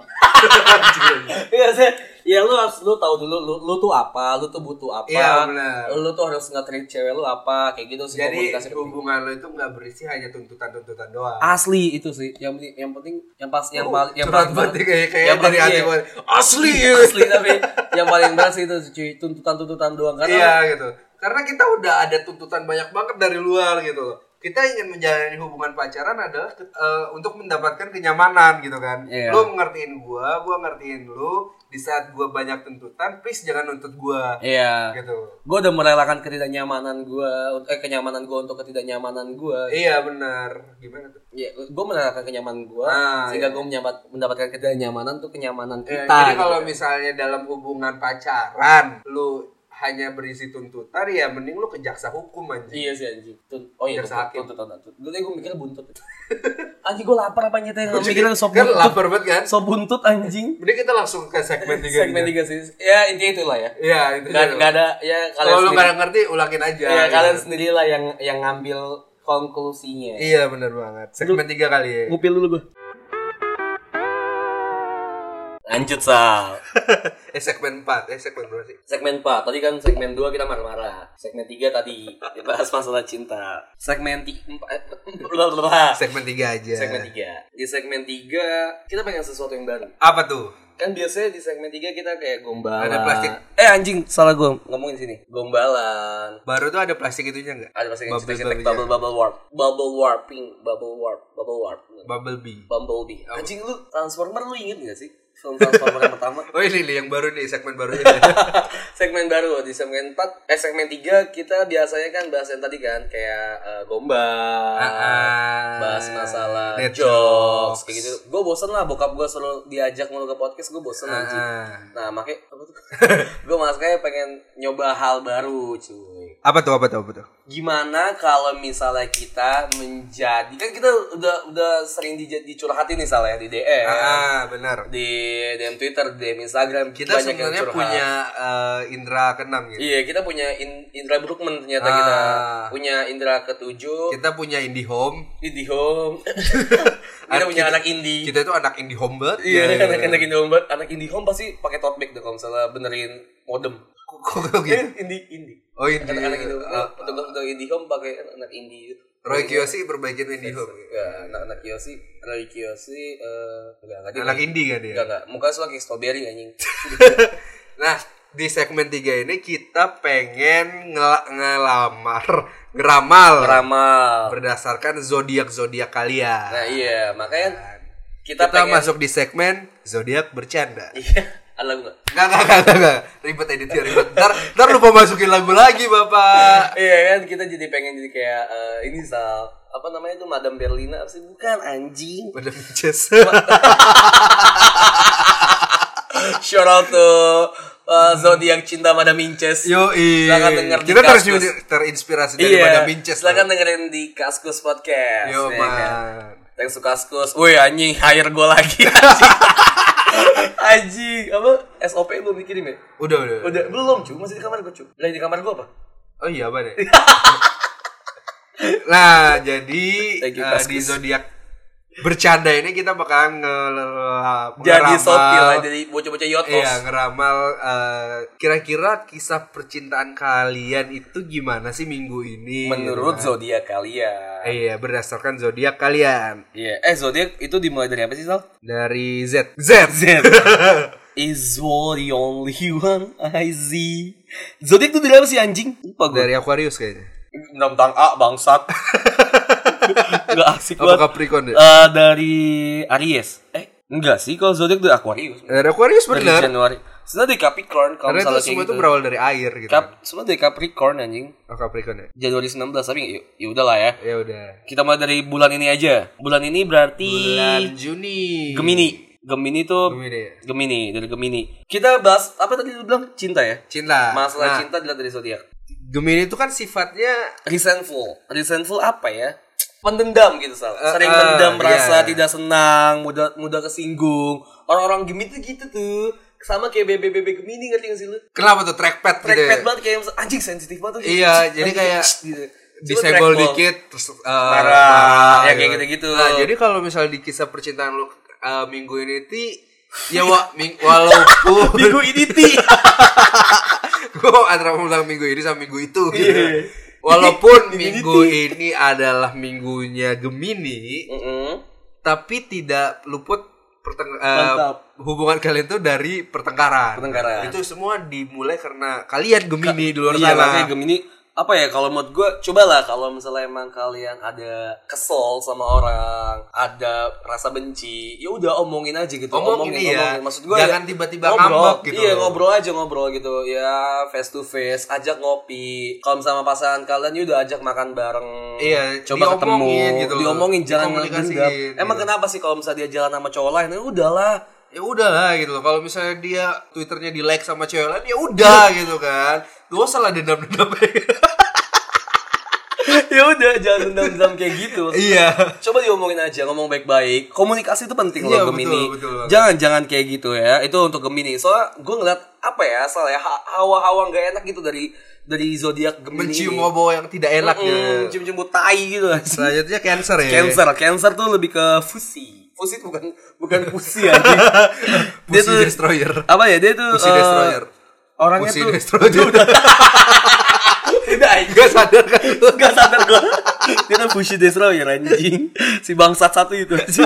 Iya sih. Ya lu harus lu tahu dulu lu, lu tuh apa, lu tuh butuh apa. Iya, benar. Lu tuh harus nge-treat cewek lu apa, kayak gitu sih. Jadi komunikasi penting. hubungan lo itu nggak berisi hanya tuntutan-tuntutan doang. Asli itu sih. Yang penting yang penting yang pas yang Oh, paling yang curhat paling banget kayak kayak yang dari paling- hati iya. banget. Asli. asli tapi yang paling berat sih itu cuy, tuntutan-tuntutan doang karena Iya gitu. Karena kita udah ada tuntutan banyak banget dari luar gitu loh. Kita ingin menjalani hubungan pacaran adalah uh, untuk mendapatkan kenyamanan gitu kan. Iya. Lu ngertiin gua, gua ngertiin lu. Di saat gua banyak tuntutan, please jangan nuntut gua. iya. Gitu. Gue udah merelakan ketidaknyamanan gue, eh kenyamanan gue untuk ketidaknyamanan gue. Iya benar. Gimana tuh? Iya, gue merelakan kenyamanan gue, Ah, sehingga iya. gue mendapat, mendapatkan ketidaknyamanan tuh kenyamanan Ya, kita. jadi gitu kalau kan. misalnya dalam hubungan pacaran, lu hanya berisi tuntutan ya mending lu ke jaksa hukum anjing. Iya sih anjing. Tun- oh iya, Jaksa hakim. tuntutan tuntut. Gue gue mikirnya buntut. anjing gue lapar apa nyetanya Gua nggak mikirnya juga- sop kan buntut. lapar banget kan? Sop buntut anjing. Mending kita langsung ke segmen tiga. Segmen tiga sih. Ya intinya itulah ya. Iya, itu. Gak, juga. gak ada ya kalian Kalau lu sendiri. nggak ngerti, ulangin aja. Ya gitu. kalian sendirilah yang yang ngambil konklusinya. Iya, benar banget. Segmen tiga kali ya. Ngupil dulu gue. Lanjut Sal. eh segmen empat, eh segmen berapa sih? Segmen empat, tadi kan segmen dua kita marah-marah. Segmen tiga tadi dibahas masalah cinta. Segmen tiga Segmen tiga aja. Segmen tiga. Di segmen tiga kita pengen sesuatu yang baru. Apa tuh? Kan biasanya di segmen tiga kita kayak gombalan. Ada plastik. Eh anjing, salah gue ngomongin sini. Gombalan. Baru tuh ada plastik itunya enggak? Ada plastik yang Bubble cetek-cetek, bubble bubble bubble warp. Bubble warping, bubble warp, bubble warp. Bumblebee. Bumblebee. Anjing lu Transformer lu inget gak sih? Film Transformer yang pertama. Oh ini nih yang baru nih, segmen baru ini. Segmen baru di segmen empat, eh segmen tiga kita biasanya kan bahas yang tadi kan kayak uh, gombal, Ah, bahas masalah dead jokes, jokes. kayak gitu. Gue bosen lah, bokap gue selalu diajak mulu ke podcast, gue bosen anjing. Ah. Nah makanya apa tuh? Gue makanya pengen nyoba hal baru cuy. Apa tuh? Apa tuh? Apa tuh? Gimana kalau misalnya kita menjadi, kan kita udah udah sering di, dicurhatin nih salah ya di D M, Ah, benar. di D M Twitter, D M Instagram, Kita banyak yang sebenarnya curhat. punya eh, indera keenam gitu. Iya, kita punya in, indra Brookman ternyata Ah. kita punya indra ketujuh. Kita punya indie home. Indie home. kita punya anak indie. Kita itu anak indie home banget. Iya, Ya, anak ya. anak indie home banget. Anak indie home pasti pakai tote bag deh kalau misalnya benerin modem. Kok kok gitu? Eh, indie indie. Oh, indie. Anak-anak indie home. Ah, Petugas petugas indie home pakai anak indie. Roy Kiyoshi perbaikin indie home. Ya, anak-anak Kiyoshi, Roy Kiyoshi eh enggak enggak dia. Anak indie kan dia. Enggak enggak. Mukanya suka kayak strawberry anjing. Nah, di segmen tiga ini kita pengen ngel- ngelamar, ngeramal Ramal. berdasarkan zodiak-zodiak kalian. Nah, iya, makanya kita, Kita, pengen masuk di segmen zodiak bercanda. Iya, ada lagu enggak? Enggak, enggak, enggak, enggak, enggak. Ribet editnya, ribet. Ntar, ntar lupa masukin lagu lagi, Bapak. Iya kan, kita jadi pengen jadi kayak eh, ini Sal, apa namanya itu Madam Berlina apa sih? Bukan anjing. Madam Jess. Shout out to uh, zodiak cinta Madam Inces. Yoi. Silakan denger di Kita Kaskus. tersi- terinspirasi dari Iya, Madam Pinches. silakan dengerin di Kaskus Podcast. Yo, ya man. kan? Thanks to Kaskus. Woi anjing, hire gue lagi anjing. Anjing, apa? S O P belum dikirim ya? Udah, udah. Udah, belum cu, masih di kamar gue cu. Lagi di kamar gue apa? Oh iya, apa deh? Nah, jadi Thank you, eh, Kaskus. di zodiak bercanda ini kita bakal nge jadi sopil lah, jadi bocah-bocah yotos. Iya, ngeramal uh, kira-kira kisah percintaan kalian itu gimana sih minggu ini menurut gitu kan? zodiak kalian. Iya, berdasarkan zodiak kalian. Iya, eh zodiak itu dimulai dari apa sih, Sal? Dari Z. Z. Z. Is what the only one I see. Zodiak itu dari apa sih anjing? Lupa gue. Dari Aquarius kayaknya. Tentang A bangsat. Gak asik Apa banget. Capricorn ya? Uh, dari Aries. Eh, enggak sih, kalau zodiak dari Aquarius. Dari Aquarius Dari benar. Januari. Sebenarnya dari Capricorn kalau Karena itu misalnya semua kayak itu gitu. berawal dari air gitu. Cap, semua dari Capricorn anjing. Oh, Capricorn ya. Januari sembilan belas tapi ya, ya udahlah ya. Ya udah. Kita mulai dari bulan ini aja. Bulan ini berarti Bulan Juni. Gemini. Gemini tuh Gemini ya? Gemini, dari Gemini. Kita bahas apa tadi lu bilang? Cinta ya? Cinta. Masalah Nah, cinta dilihat dari zodiak. Gemini itu kan sifatnya Resentful. Resentful apa ya? Pendendam gitu, Sal. Sering uh, pendam, merasa iya. tidak senang, mudah mudah kesinggung. Orang-orang Gemini tuh gitu tuh. Sama kayak bebe bebe Gemini, ngerti gak sih lu? kenapa tuh trackpad gitu Trackpad ya? banget kayak anjing sensitif banget tuh. Iya, jadi Anjing, kayak gitu. disable Coba trackball. dikit terus uh, Marah. Ya, kayak gitu-gitu. Nah, jadi kalau misalnya di kisah percintaan lu uh, minggu ini ti ya wa, ming, walaupun Minggu ini ti. gue antara bilang minggu ini sama minggu itu gitu. Iya. Walaupun Ini minggu ini adalah minggunya Gemini, Mm-mm. tapi tidak luput perteng- Mantap. uh, hubungan kalian tuh dari pertengkaran. Pertengkaran. Itu semua dimulai karena kalian Gemini di luar Iya, sana. makanya Gemini apa ya, kalau menurut gue, cobalah kalau misalnya emang kalian ada kesel sama orang, ada rasa benci, ya udah omongin aja gitu. Omongin, iya. Maksud gue Jangan ya, tiba-tiba ngobrol. ngambek gitu. Iya, ngobrol aja ngobrol gitu. Ya face to face, ajak ngopi. Kalau sama pasangan kalian ya udah ajak makan bareng. Iya, coba ketemu diomongin gitu loh. diomongin, jangan Dikomunikasiin, ngegendam. Emang gitu. kenapa sih kalau misalnya dia jalan sama cowok lain? Ya udahlah. Ya udah lah gitu loh. Kalau misalnya dia Twitternya di like sama cewek lain, ya udah gitu kan. Gak usah lah dendam-dendam. Ya udah, jangan dendam-dendam kayak gitu. Iya. Coba diomongin aja, ngomong baik-baik. Komunikasi itu penting Iya, loh Gemini. betul, betul banget. Jangan jangan kayak gitu ya. Itu untuk Gemini. Soalnya gue ngeliat apa ya, asal ya ha- hawa-hawa nggak enak gitu dari dari zodiak Gemini. Mencium ini. bau yang tidak enak Mm, gitu. cium-cium bau tai gitu. Selanjutnya Cancer ya. Cancer, Cancer tuh lebih ke fusi. Fusi bukan bukan pusi anjing. Pussy Destroyer. Apa ya? Dia tuh Pussy eh, Destroyer. Orangnya Pussy tuh Destroyer. Udah anjing. Gak sadar kan lu? Gak sadar gue. Dia tuh Pussy Destroyer anjing. Si bangsat satu itu anjing.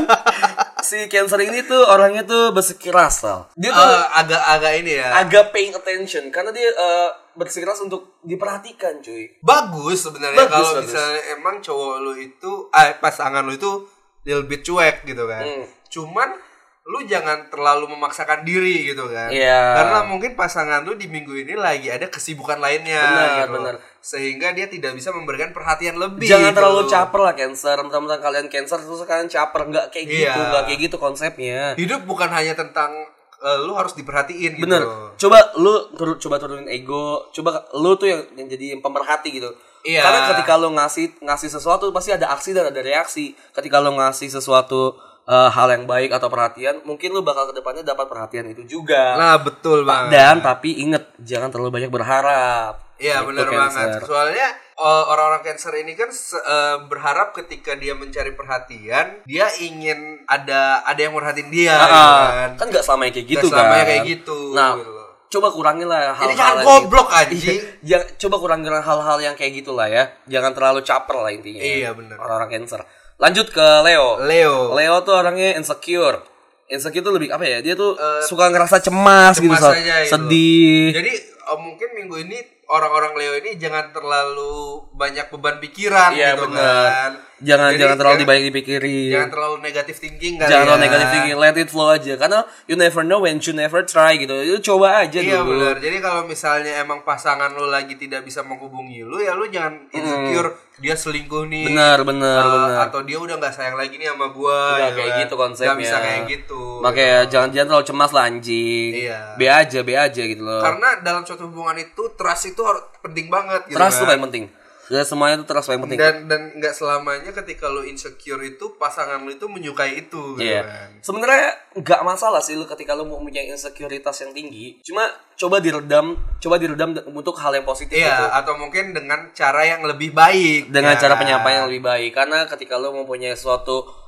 Si Cancer ini tuh orangnya tuh bersikeras, Sal. Dia tuh Eh, agak-agak ini ya. agak paying attention karena dia eh, bersikeras untuk diperhatikan, cuy. Bagus sebenarnya Bagus, kalau bagus. misalnya emang cowok lu itu eh pasangan lu itu little bit cuek gitu kan. Hmm. Cuman lu jangan terlalu memaksakan diri gitu kan. Iya. Karena mungkin pasangan lu di minggu ini lagi ada kesibukan lainnya Benar, gitu. benar. Sehingga dia tidak bisa memberikan perhatian lebih. Jangan gitu. terlalu caper lah Cancer. Teman-teman kalian Cancer terus kalian caper, nggak kayak gitu, Iya. nggak kayak gitu konsepnya. Hidup bukan hanya tentang eh, lu harus diperhatiin gitu. Bener. Coba lu tur- coba turunin ego. Coba lu tuh yang, yang jadi pemerhati gitu. Iya. Karena ketika lu ngasih ngasih sesuatu pasti ada aksi dan ada reaksi. Ketika lu ngasih sesuatu uh, hal yang baik atau perhatian, mungkin lu bakal kedepannya dapat perhatian itu juga. Nah, betul Pa- banget. Dan tapi inget, jangan terlalu banyak berharap. Iya, Gitu, benar Cancer. banget. Soalnya uh, orang-orang Cancer ini kan se- uh, berharap ketika dia mencari perhatian, dia ingin ada ada yang merhatiin dia Ah, gitu kan. kan nggak selamanya kayak gitu Nggak selamanya kan. kayak gitu, Nah, gitu loh. coba kurangin lah hal-hal Jadi jangan yang goblok gitu. anjing. Iya, coba kurangin hal-hal yang kayak gitulah ya. Jangan terlalu caper lah intinya. Iya, bener. Orang-orang Cancer. Lanjut ke Leo. Leo. Leo tuh orangnya insecure. Insecure tuh lebih apa ya? Dia tuh Eh, suka ngerasa cemas, gitu, cemas Sal. aja gitu. sedih. Jadi uh, mungkin minggu ini orang-orang Leo ini jangan terlalu banyak beban pikiran Iya, gitu bener. kan. Jangan Jadi, jangan terlalu ya, dibanyak dipikirin. Jangan terlalu negatif thinking kan. Jangan ya. terlalu negatif thinking, let it flow aja. Karena you never know when you never try gitu. Lu coba aja Iya dulu. benar. Jadi kalau misalnya emang pasangan lu lagi tidak bisa menghubungi lu, ya lu jangan insecure dia selingkuh nih. Benar, benar, Uh, benar. Atau dia udah nggak sayang lagi nih sama gua. Udah gitu kayak kan. gitu konsepnya. Nggak bisa kayak gitu. Makanya gitu. jangan jangan terlalu cemas lah anjing. Iya. B aja, B aja gitu loh. Karena dalam suatu hubungan itu trust itu harus penting banget gitu. trust tuh kan. paling penting. Gak semuanya tuh trust paling penting. Dan dan nggak selamanya ketika lu insecure itu pasangan lu itu menyukai itu gitu Iya. kan. Sebenarnya nggak masalah sih lu ketika lu mau punya insekuritas yang tinggi. Cuma coba diredam, coba diredam untuk hal yang positif Iya, gitu. atau mungkin dengan cara yang lebih baik. Dengan ya. cara penyampaian yang lebih baik. Karena ketika lu mempunyai suatu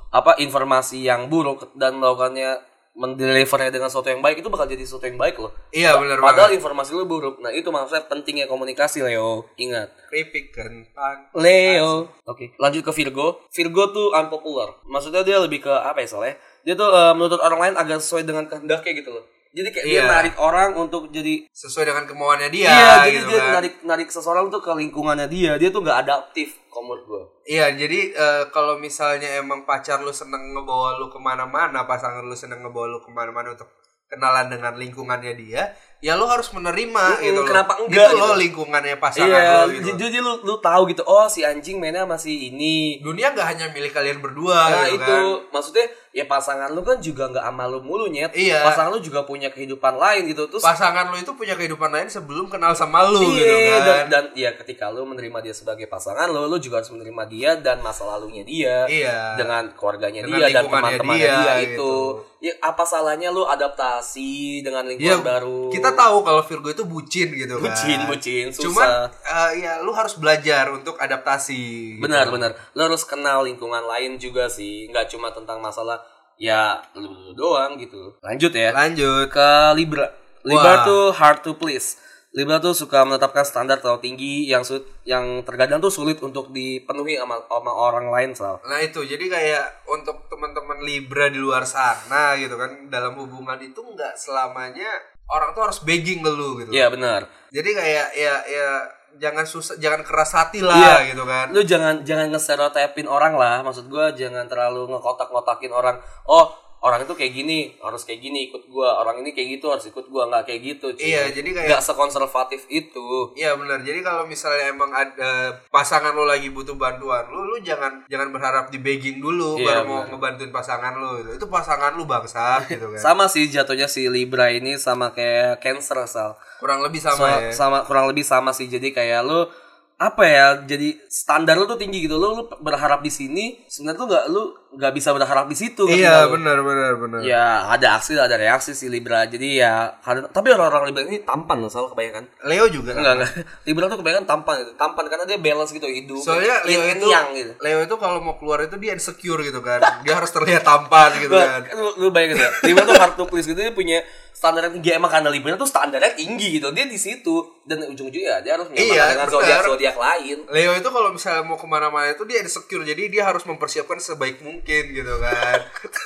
apa informasi yang buruk dan melakukannya mendelivernya dengan sesuatu yang baik, itu bakal jadi sesuatu yang baik loh. Iya benar banget. Padahal informasi lu buruk. Nah itu maksudnya pentingnya komunikasi, Leo. Ingat. Keripik kentang. Leo. Oke, okay. Lanjut ke Virgo. Virgo tuh unpopular. Maksudnya dia lebih ke apa ya soalnya? Dia tuh uh, menurut orang lain agak sesuai dengan kehendaknya gitu loh. Jadi kayak iya. dia narik orang untuk jadi sesuai dengan kemauannya dia. Iya, jadi gitu dia kan. narik narik seseorang tuh ke lingkungannya dia. Dia tuh nggak adaptif, kalau menurut gue. Iya, jadi uh, kalau misalnya emang pacar lu seneng ngebawa lu kemana-mana, pasangan lu seneng ngebawa lu kemana-mana untuk kenalan dengan lingkungannya dia, ya lu harus menerima hmm, gitu loh. Kenapa enggak? Gitu gitu loh lingkungannya pasangan iya, lu gitu. Jadi lu lu tahu gitu. Oh, si anjing mainnya masih ini. Dunia gak hanya milik kalian berdua nah, gitu itu kan. maksudnya ya pasangan lu kan juga nggak sama lu mulu nyet. Iya. Pasangan lu juga punya kehidupan lain gitu. Terus pasangan lu itu punya kehidupan lain sebelum kenal sama lu iya, gitu kan. Dan, dan ya ketika lu menerima dia sebagai pasangan lu, lu juga harus menerima dia dan masa lalunya dia. Iya. Dengan keluarganya dengan dia dan lingkungannya teman-temannya dia, dia itu. gitu. Ya apa salahnya lu adaptasi dengan lingkungan ya, baru? Kita tahu kalau Virgo itu bucin gitu kan. Bucin, bucin, susah. Cuman uh, ya lu harus belajar untuk adaptasi. Benar, gitu. benar. Lu harus kenal lingkungan lain juga sih, nggak cuma tentang masalah ya lu, lu doang gitu. Lanjut ya. Lanjut ke Libra. Libra Wah. tuh hard to please. Libra tuh suka menetapkan standar terlalu tinggi yang sulit, yang terkadang tuh sulit untuk dipenuhi sama, sama orang lain, Sal. Nah itu, jadi kayak untuk teman-teman Libra di luar sana gitu kan, dalam hubungan itu nggak selamanya orang tuh harus begging ke lu gitu. Iya benar. Jadi kayak ya ya jangan susah, jangan keras hati lah iya. gitu kan. Lu jangan jangan nge-stereotipin orang lah, maksud gua jangan terlalu ngekotak-kotakin orang. Oh, orang itu kayak gini, harus kayak gini ikut gua. Orang ini kayak gitu harus ikut gua, nggak kayak gitu. Cuy. Iya, jadi kayak nggak sekonservatif itu. Iya benar. Jadi kalau misalnya emang ada pasangan lo lagi butuh bantuan lu, lu jangan jangan berharap di begging dulu iya, baru mau bener. ngebantuin pasangan lu itu. Itu pasangan lu bangsat gitu kan. Sama sih jatuhnya si Libra ini sama kayak Cancer, Sal. Kurang lebih so, sama ya. Sama kurang lebih sama sih. Jadi kayak lu apa ya, jadi standar lu tuh tinggi gitu. Lu, lu berharap di sini, sebenarnya tuh nggak lu nggak bisa berharap di situ. Iya benar benar benar. Ya ada aksi ada reaksi si Libra. Jadi ya kadang, tapi orang-orang Libra ini tampan loh, Sal, kebanyakan. Leo juga enggak enggak. Libra tuh kebanyakan tampan gitu. Tampan karena dia balance gitu hidup. Soalnya Leo itu yang gitu. Leo itu kalau mau keluar itu dia insecure gitu kan. Dia harus terlihat tampan gitu kan. Lu, lu bayangin ya. Libra tuh hard to please gitu, dia punya standar yang tinggi. Emang karena Libra tuh standarnya tinggi gitu. Dia di situ dan ujung-ujungnya dia harus menyamakan iya, dengan bener. zodiak-zodiak lain. Leo itu kalau misalnya mau kemana-mana itu dia insecure, jadi dia harus mempersiapkan sebaik mungkin gitu kan.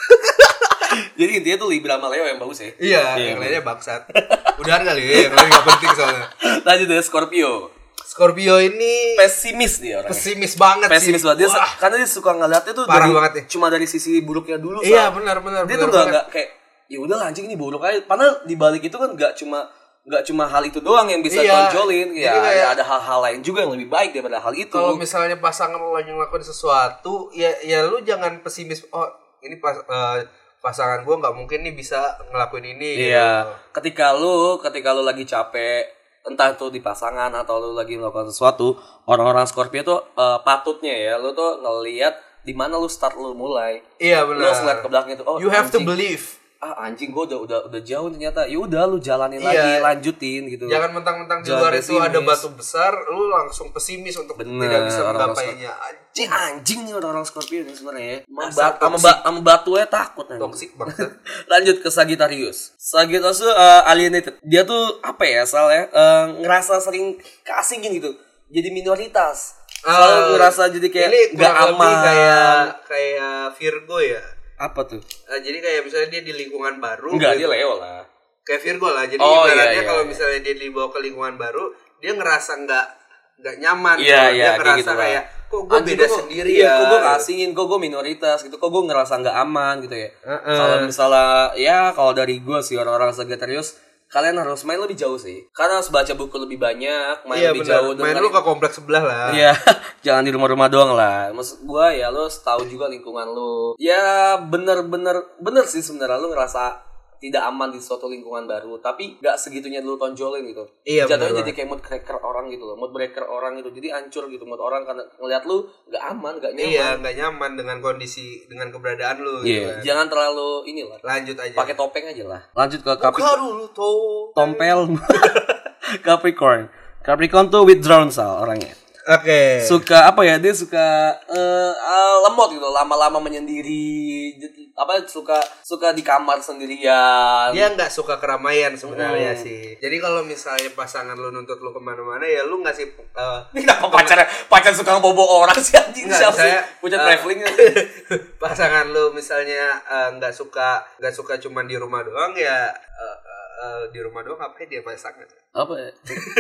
Jadi intinya tuh Libra sama Leo yang bagus ya. Iya, iya yang lainnya bangsat. Udahan kali ya, yang lain gak penting soalnya. Lanjut ya Scorpio. Scorpio ini Pesimis dia orangnya. pesimis banget Pesimis sih. banget. Dia Wah, karena dia suka ngeliatnya tuh parah dari, banget ya. cuma dari sisi buruknya dulu. Iya, Sal. benar benar. Dia benar tuh nggak banget. nggak kayak ya udah anjing ini buruk aja. Padahal di balik itu kan nggak cuma nggak cuma hal itu doang yang bisa Iya. tonjolin. Ya Jadi kayak- ada hal-hal lain juga yang lebih baik daripada hal itu. Kalau misalnya pasangan lo lagi ngelakuin sesuatu, ya ya lu jangan pesimis. Oh, ini pas eh, pasangan gua nggak mungkin nih bisa ngelakuin ini. Iya. Gitu. Ketika lu ketika lu lagi capek, entah itu di pasangan atau lu lagi melakukan sesuatu, orang-orang Scorpio tuh uh, patutnya ya lu tuh ngelihat di mana lu start lu mulai. Iya Lu benar. harus lihat ke belakang itu. Oh, You have to anjing. believe. Ah anjing gue udah udah udah jauh ternyata. Ya udah lu jalanin Iya. lagi, lanjutin gitu. Jangan mentang-mentang di Jangan luar itu pesimis. ada batu besar, lu langsung pesimis untuk Bener, tidak bisa orang-orang menggapainya. Cih, anjing nih orang-orang Scorpio ini sebenarnya. Sama Dasar ba- sama toxic. ba- sama batunya takut anjing. Toxic banget. Lanjut ke Sagittarius. Sagittarius tuh uh, alienated. Dia tuh apa ya soalnya uh, ngerasa sering keasingin gitu. Jadi minoritas. Selalu Uh, ngerasa jadi kayak ini nggak kurang lebih aman. kayak kayak Virgo ya. Apa tuh? Eh, jadi kayak misalnya dia di lingkungan baru. Enggak, gitu. dia Leo lah. Kayak Virgo lah. Jadi Oh, ibaratnya iya, iya, kalau iya. misalnya dia dibawa ke lingkungan baru, dia ngerasa nggak nggak nyaman. Iya, gitu. iya, Dia kayak ngerasa gitu lah. kayak kok gue Anjing, beda kok- sendiri iya, ya. Kok gue ngasingin, kok gue minoritas gitu, kok gue ngerasa nggak aman gitu ya. Uh-uh. Kalau misalnya, ya kalau dari gue sih orang-orang Sagittarius, kalian harus main lebih jauh sih. Karena harus baca buku lebih banyak, main Iya lebih benar. jauh. Main dengerin- lu ke kompleks sebelah lah. Iya, jangan di rumah-rumah doang lah. Maksud gue ya lo tahu juga lingkungan lo. Ya bener-bener, bener sih sebenarnya lo ngerasa tidak aman di suatu lingkungan baru, tapi gak segitunya dulu tonjolin gitu. Iya, jatuhnya bener jadi kayak mood cracker orang gitu loh, mood breaker orang gitu. Jadi hancur gitu mood orang karena ngeliat lu gak aman, gak nyaman. Iya, nggak nyaman dengan kondisi, dengan keberadaan lu. Iya, gitu kan. jangan terlalu inilah. Lanjut aja. Pakai topeng aja lah. Lanjut ke Buka Capricorn. dulu tuh. Tompel. Capricorn. Capricorn tuh withdrawn Sal orangnya. Oke. Suka apa ya? Dia suka uh, uh, lemot gitu, lama-lama menyendiri. Apa suka suka di kamar sendirian. Dia nggak suka keramaian sebenarnya Hmm. sih. Jadi kalau misalnya pasangan lu nuntut lu kemana-mana ya lu ngasih uh, Ini kenapa pacar pacar suka bobo orang sih anjing? Nggak, Siapa sih? saya, Punya uh, traveling. pasangan lu misalnya uh, nggak suka nggak suka cuman di rumah doang ya uh, uh, uh, di rumah doang apa dia pasangan? Apa ya?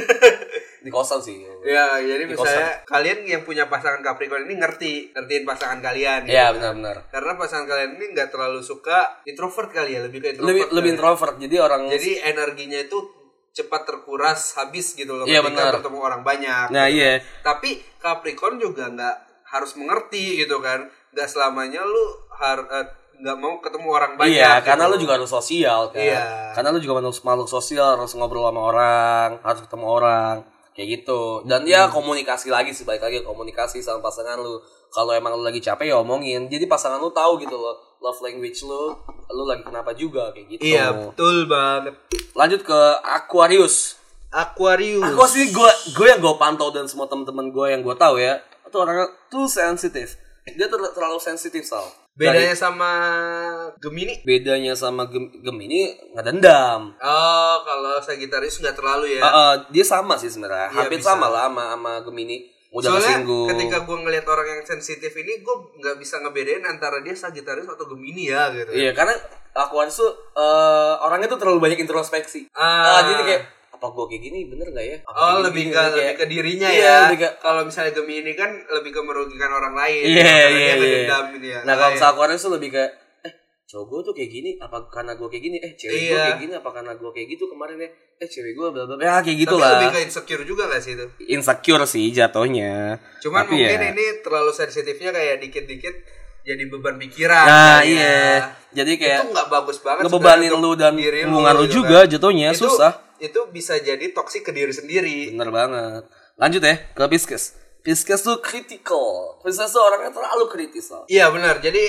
Di kosan sih. Ya, jadi Di misalnya kalian yang punya pasangan Capricorn ini ngerti, ngertiin pasangan kalian. Iya, gitu. benar-benar. Karena pasangan kalian ini nggak terlalu suka introvert kali ya, lebih ke introvert. Lebih kan. lebih introvert. Jadi orang Jadi energinya itu cepat terkuras, habis gitu loh Iya, ketika benar. bertemu orang banyak. Nah, iya. Tapi Capricorn juga nggak harus mengerti gitu kan. Nggak selamanya lu harus nggak mau ketemu orang banyak. Iya, gitu. karena lu juga harus sosial kan. Iya. Karena lu juga makhluk makhluk sosial, harus ngobrol sama orang, harus ketemu orang, kayak gitu. Dan ya komunikasi lagi sih, balik lagi komunikasi sama pasangan lu. Kalau emang lu lagi capek ya omongin. Jadi pasangan lu tahu gitu loh, love language lu, lu lagi kenapa juga kayak gitu. Iya, betul banget. Lanjut ke Aquarius. Aquarius. Aku sih gue gue yang gue pantau dan semua teman-teman gue yang gue tahu ya, itu orangnya tuh sensitif. Dia ter- terlalu sensitif Sal. Bedanya Dari- sama Gemini? bedanya sama Gem- Gemini nggak dendam. Oh, kalau Sagittarius nggak terlalu ya. Uh, uh, dia sama sih sebenarnya, Iya, hampir bisa. sama lah sama sama Gemini. Mudah Soalnya kesinggung. ketika gue ngelihat orang yang sensitif ini, gue nggak bisa ngebedain antara dia Sagittarius atau Gemini ya gitu. Iya, karena Aquarius tuh uh, orangnya tuh terlalu banyak introspeksi. Ah. Ah, jadi kayak apa gue kayak gini bener nggak ya? Apa Oh, kayak lebih gini, ke kayak- lebih ke dirinya Iya, ya. lebih ke- Kalau misalnya Gemini kan lebih ke merugikan orang lain. Iya, Karena iya, dia iya. ngedendam gitu ya. Nah, Ah, kalau iya. misalnya Aquarius tuh lebih ke eh cowok gue tuh kayak gini apa karena gue kayak gini? Eh cewek gue Iya. kayak gini apa karena gue kayak gitu kemarin ya? Eh cewek gue bla bla bla. Ya kayak Tapi gitulah. lebih ke insecure juga gak sih itu? Insecure sih jatuhnya. Cuman Tapi mungkin ya. ini terlalu sensitifnya kayak dikit-dikit jadi beban pikiran. Nah, kali ya. iya. Jadi kayak itu nggak bagus banget ngebebanin sebenarnya lu untuk dan diri hubungan lu gitu juga kan. jatuhnya Itu- susah. Itu bisa jadi toksik ke diri sendiri. Bener banget. Lanjut ya ke Pisces. Pisces tuh critical. Pisces tuh orangnya terlalu kritis loh. Iya benar. Jadi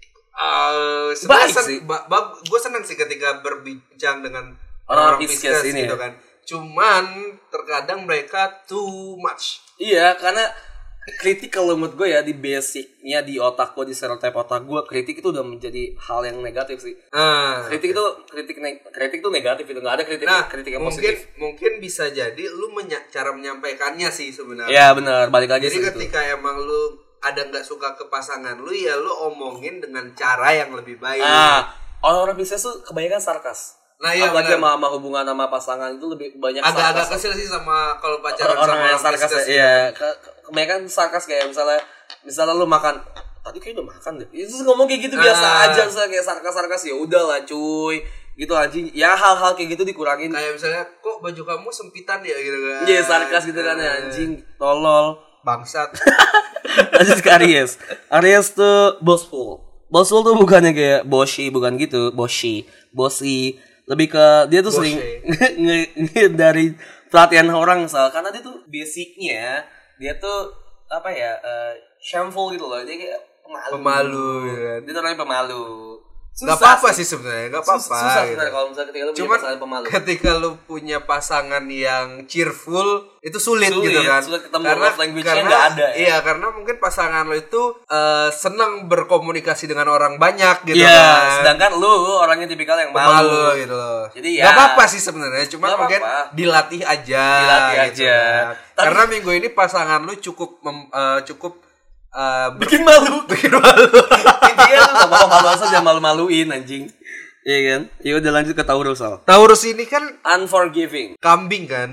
uh, Baik sen- sih. ba- ba- gue senang sih ketika berbincang dengan Orang orang Pisces Pisces ini gitu ya. kan. Cuman terkadang mereka too much. Iya, karena kritik kalau menurut gue ya di basicnya di otak gue, di stereotip otak gue, kritik itu udah menjadi hal yang negatif sih. Nah, Kritik itu kritik ne- kritik itu negatif, itu nggak ada kritik nah kritik yang mungkin positif. mungkin bisa jadi lu menya- cara menyampaikannya sih sebenarnya. Ya benar, balik lagi Jadi sih itu. ketika emang lu ada nggak suka ke pasangan lu ya lu omongin dengan cara yang lebih baik. Ah, orang-orang Pisces tuh kebanyakan sarkas. Nah, iya, Apalagi benar. sama, sama hubungan sama pasangan itu lebih banyak Agak-agak sarkas. kesel sih sama kalau pacaran Orang sama yang sarkas ya, Pisces gitu. iya. Ke- ke- Kebanyakan sarkas kayak misalnya misalnya lu makan tadi kayak udah makan deh. Itu ngomong kayak gitu biasa Ah. aja, misalnya kayak sarkas-sarkas ya udah lah cuy. Gitu anjing. Ya hal-hal kayak gitu dikurangin. Kayak misalnya kok baju kamu sempitan ya gitu kan. Iya, sarkas gitu kan ya, anjing, tolol. Bangsat. Lanjut ke Aries. Aries tuh boastful. Boastful tuh bukannya kayak bossy, bukan gitu. Bossy, bossy. Lebih ke dia tuh sering nge- nge- dari perhatian orang soal karena dia tuh basicnya dia tuh apa ya uh, shameful gitu loh. Dia kayak pemalu. Pemalu gitu kan. Dia tuh orangnya pemalu. Gak apa-apa sih sebenarnya, gak apa-apa. Susah, susah gitu. sebenarnya kalau misalnya ketika lu punya Cuman pasangan pemalu. ketika lu punya pasangan yang cheerful itu sulit, Sulit, gitu kan. sulit ketemu karena love language-nya karena nggak ada ya. Iya, karena mungkin pasangan lu itu eh, senang berkomunikasi dengan orang banyak gitu Iya, kan. sedangkan lu orangnya tipikal yang malu. Malu gitu loh. Jadi ya. Gak apa-apa sih sebenarnya, cuman Nggak mungkin apa-apa. dilatih aja. Dilatih gitu aja. kan. Tapi- Karena minggu ini pasangan lu cukup mem- eh, cukup eh, ber- Bikin malu. bikin malu. Intinya lu gak apa-apa malu asal jangan malu-maluin anjing. Iya kan? Ya udah lanjut ke Taurus Al. Taurus ini kan Unforgiving. kambing kan.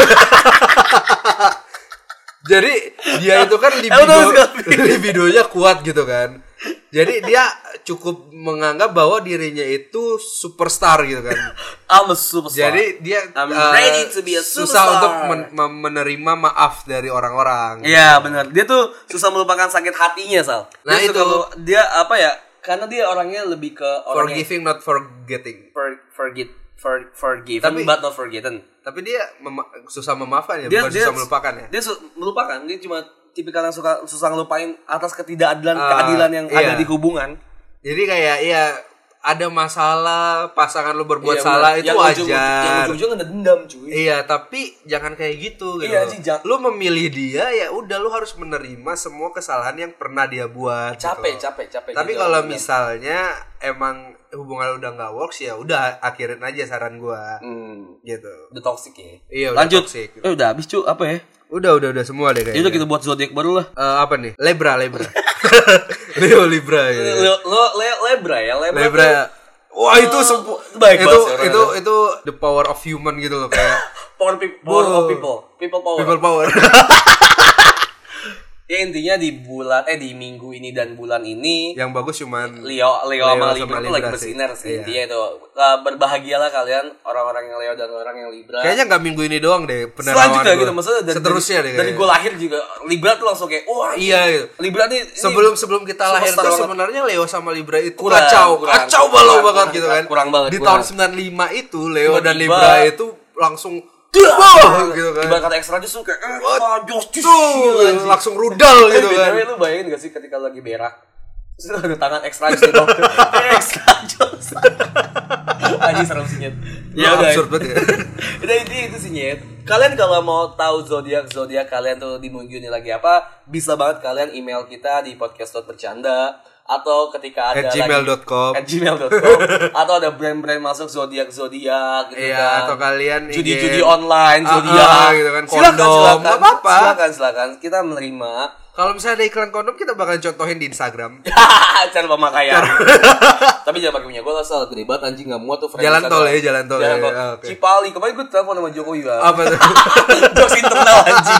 Jadi dia itu kan Emang libido, Taurus kambing? libidonya kuat gitu kan. Jadi dia cukup menganggap bahwa dirinya itu superstar gitu kan. I'm a superstar. Jadi dia I'm eh, ready to be a susah superstar. untuk men- mem- menerima maaf dari orang-orang. Iya benar. Dia tuh susah melupakan sakit hatinya Sal. Dia Nah, suka itu. lu- dia apa ya? Karena dia orangnya lebih ke orang yang Forgiving not forgetting. for, forget for, forgiven Tapi- but not forgotten. Tapi dia mema- susah memaafkan ya, Dia bukan dia susah melupakan ya. Dia su- melupakan. Dia cuma tipikal yang suka susah ngelupain atas ketidakadilan Ah, keadilan yang iya. ada di hubungan. Jadi kayak ya ada masalah, pasangan lu berbuat Iya, salah bener. itu Yang ujung- wajar. Yang ujung-ujung ada dendam cuy. Iya, tapi jangan kayak gitu gitu. Iya, sih, jangan- Lu memilih dia ya udah lu harus menerima semua kesalahan yang pernah dia buat. Capek, gitu. capek, capek. Tapi gitu, kalau dendam. misalnya emang hubungan udah nggak works ya udah akhirin aja saran gua. Hmm, Gitu. udah toxic ya. Iya, udah Lanjut. toxic. Eh udah habis cu, apa ya? Udah, udah, udah semua deh Ya kayaknya. udah kita buat zodiak baru lah. Eh, apa nih? Libra, Libra. Leo Libra gitu. Lo, lo le- Libra ya, Libra. Libra. tuh- Wah, itu sempu baik itu banget sih orangnya. itu itu the power of human gitu loh kayak Power, pe- power Wow. of people, people power. people power. Ya intinya di bulan eh di minggu ini dan bulan ini Yang bagus cuman Leo Leo sama Leo Libra sama itu lagi Libra bersinar sih. sih. Iya. Intinya itu uh, berbahagialah kalian orang-orang yang Leo dan orang yang Libra. kayaknya nggak minggu ini doang deh penerawan Selanjutnya gua. gitu maksudnya dari, seterusnya dari, deh dari kayaknya. gue lahir juga Libra tuh langsung kayak wah Iya gitu. Libra nih ini Sebelum sebelum kita lahir superstar tuh banget. sebenarnya Leo sama Libra itu Kurang, kacau, kurang, kacau kurang, balau kurang, banget kurang, gitu kan. kurang banget, Di kurang. tahun sembilan puluh lima itu Leo dan Tiba-tiba- Libra itu langsung wow, gitu kan. Ibarat kata extra jus tuh kayak eh, ah, jos jus Tuh, gila, anjing. langsung rudal gitu Eh, kan. B T W lu bayangin gak sih ketika lagi berak terus lu ada tangan extra jus di bawah extra jus anjing serem sih Nyet. Ya, udah. absurd banget ya. Udah intinya itu sih Nyet. Kalian kalau mau tahu zodiak zodiak kalian tuh di minggu ini lagi apa, bisa banget kalian email kita di podcast dot bercanda atau ketika ada At gmail dot com. lagi, at gmail dot com atau ada brand-brand masuk zodiak zodiak gitu Iya, kan. atau kalian judi-judi ingin- online Ah, zodiak ah, gitu kan, silakan kondom, silakan nggak apa-apa. silakan silakan kita menerima. Kalau misalnya ada iklan kondom kita bakal contohin di Instagram. Cara pemakaian. Tapi jangan pakai punya gue lah, soal gede banget anjing gak muat tuh friend Jalan Instagram. tol ya, jalan tol ya. Jalan tol. Ah, oke. Cipali, kemarin gue telepon sama Jokowi ya. Apa tuh? Jokes internal anjing.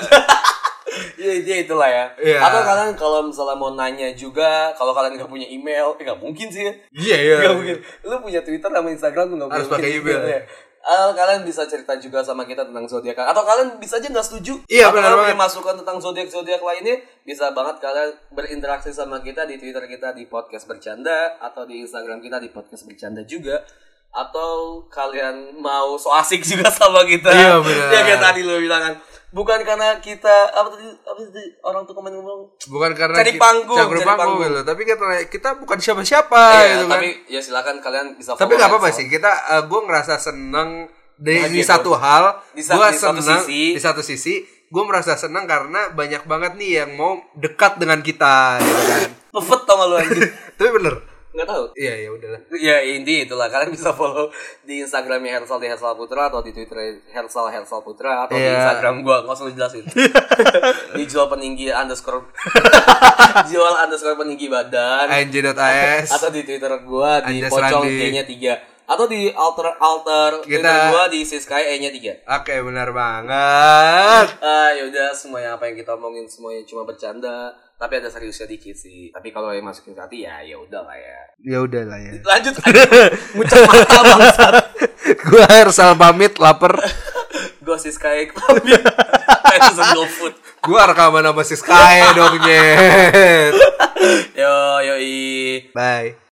Ya intinya itulah ya. Iya. Atau kalian kalau misalnya mau nanya juga, kalau kalian nggak punya email, eh nggak mungkin sih ya. Iya, iya. Nggak mungkin. Lu punya Twitter sama Instagram tuh nggak Harus mungkin pakai email. ya. Uh, kalian bisa cerita juga sama kita tentang zodiak, atau kalian bisa aja nggak setuju. Iya, atau benar kalian banget. punya masukan tentang zodiak zodiak lainnya, bisa banget kalian berinteraksi sama kita di Twitter kita di podcast bercanda atau di Instagram kita di podcast bercanda juga. Atau kalian mau so asik juga sama kita. Iya, benar. Ya kayak tadi lo bilang kan, bukan karena kita apa tadi apa tadi orang tuh komen ngomong Bukan karena Cari kita- panggung, cari cari panggung panggung. gitu. Tapi kita kita bukan siapa-siapa Iya, gitu kan. tapi ya silakan kalian bisa Tapi follow nggak apa-apa medsos. sih. Kita gue ngerasa seneng di, Bahagia di satu gua. hal. Di sa- Gue di satu seneng sisi. di satu sisi. Gue merasa senang karena banyak banget nih yang mau dekat dengan kita, gitu kan. Pefet tau gak lu anjing. Tapi bener. Nggak tahu. Iya, ya udahlah. Ya inti itulah, kalian bisa follow di Instagramnya Hersal di Hersal Putra atau di Twitter Hersal Hersal Putra atau di Iya. Instagram gua nggak usah lu jelasin. Dijual peninggi underscore jual underscore peninggi badan Anj.as. atau di Twitter gua di Anjas pocong Randi. E-nya tiga atau di alter alter Kita- Twitter gua di Siskai E-nya tiga. Oke, benar banget. Ah ya udah, semuanya apa yang kita omongin semuanya cuma bercanda, tapi ada seriusnya dikit sih. Tapi kalau yang masukin ke hati ya ya udah lah ya. Ya udahlah ya. Lanjut muncul mata bangsat. Gue Hersal pamit, lapar. Gue sih kayak pamit. Itu sebelum food. Gue rekaman sama si Sky dong, nyet. Yo yo i. Bye.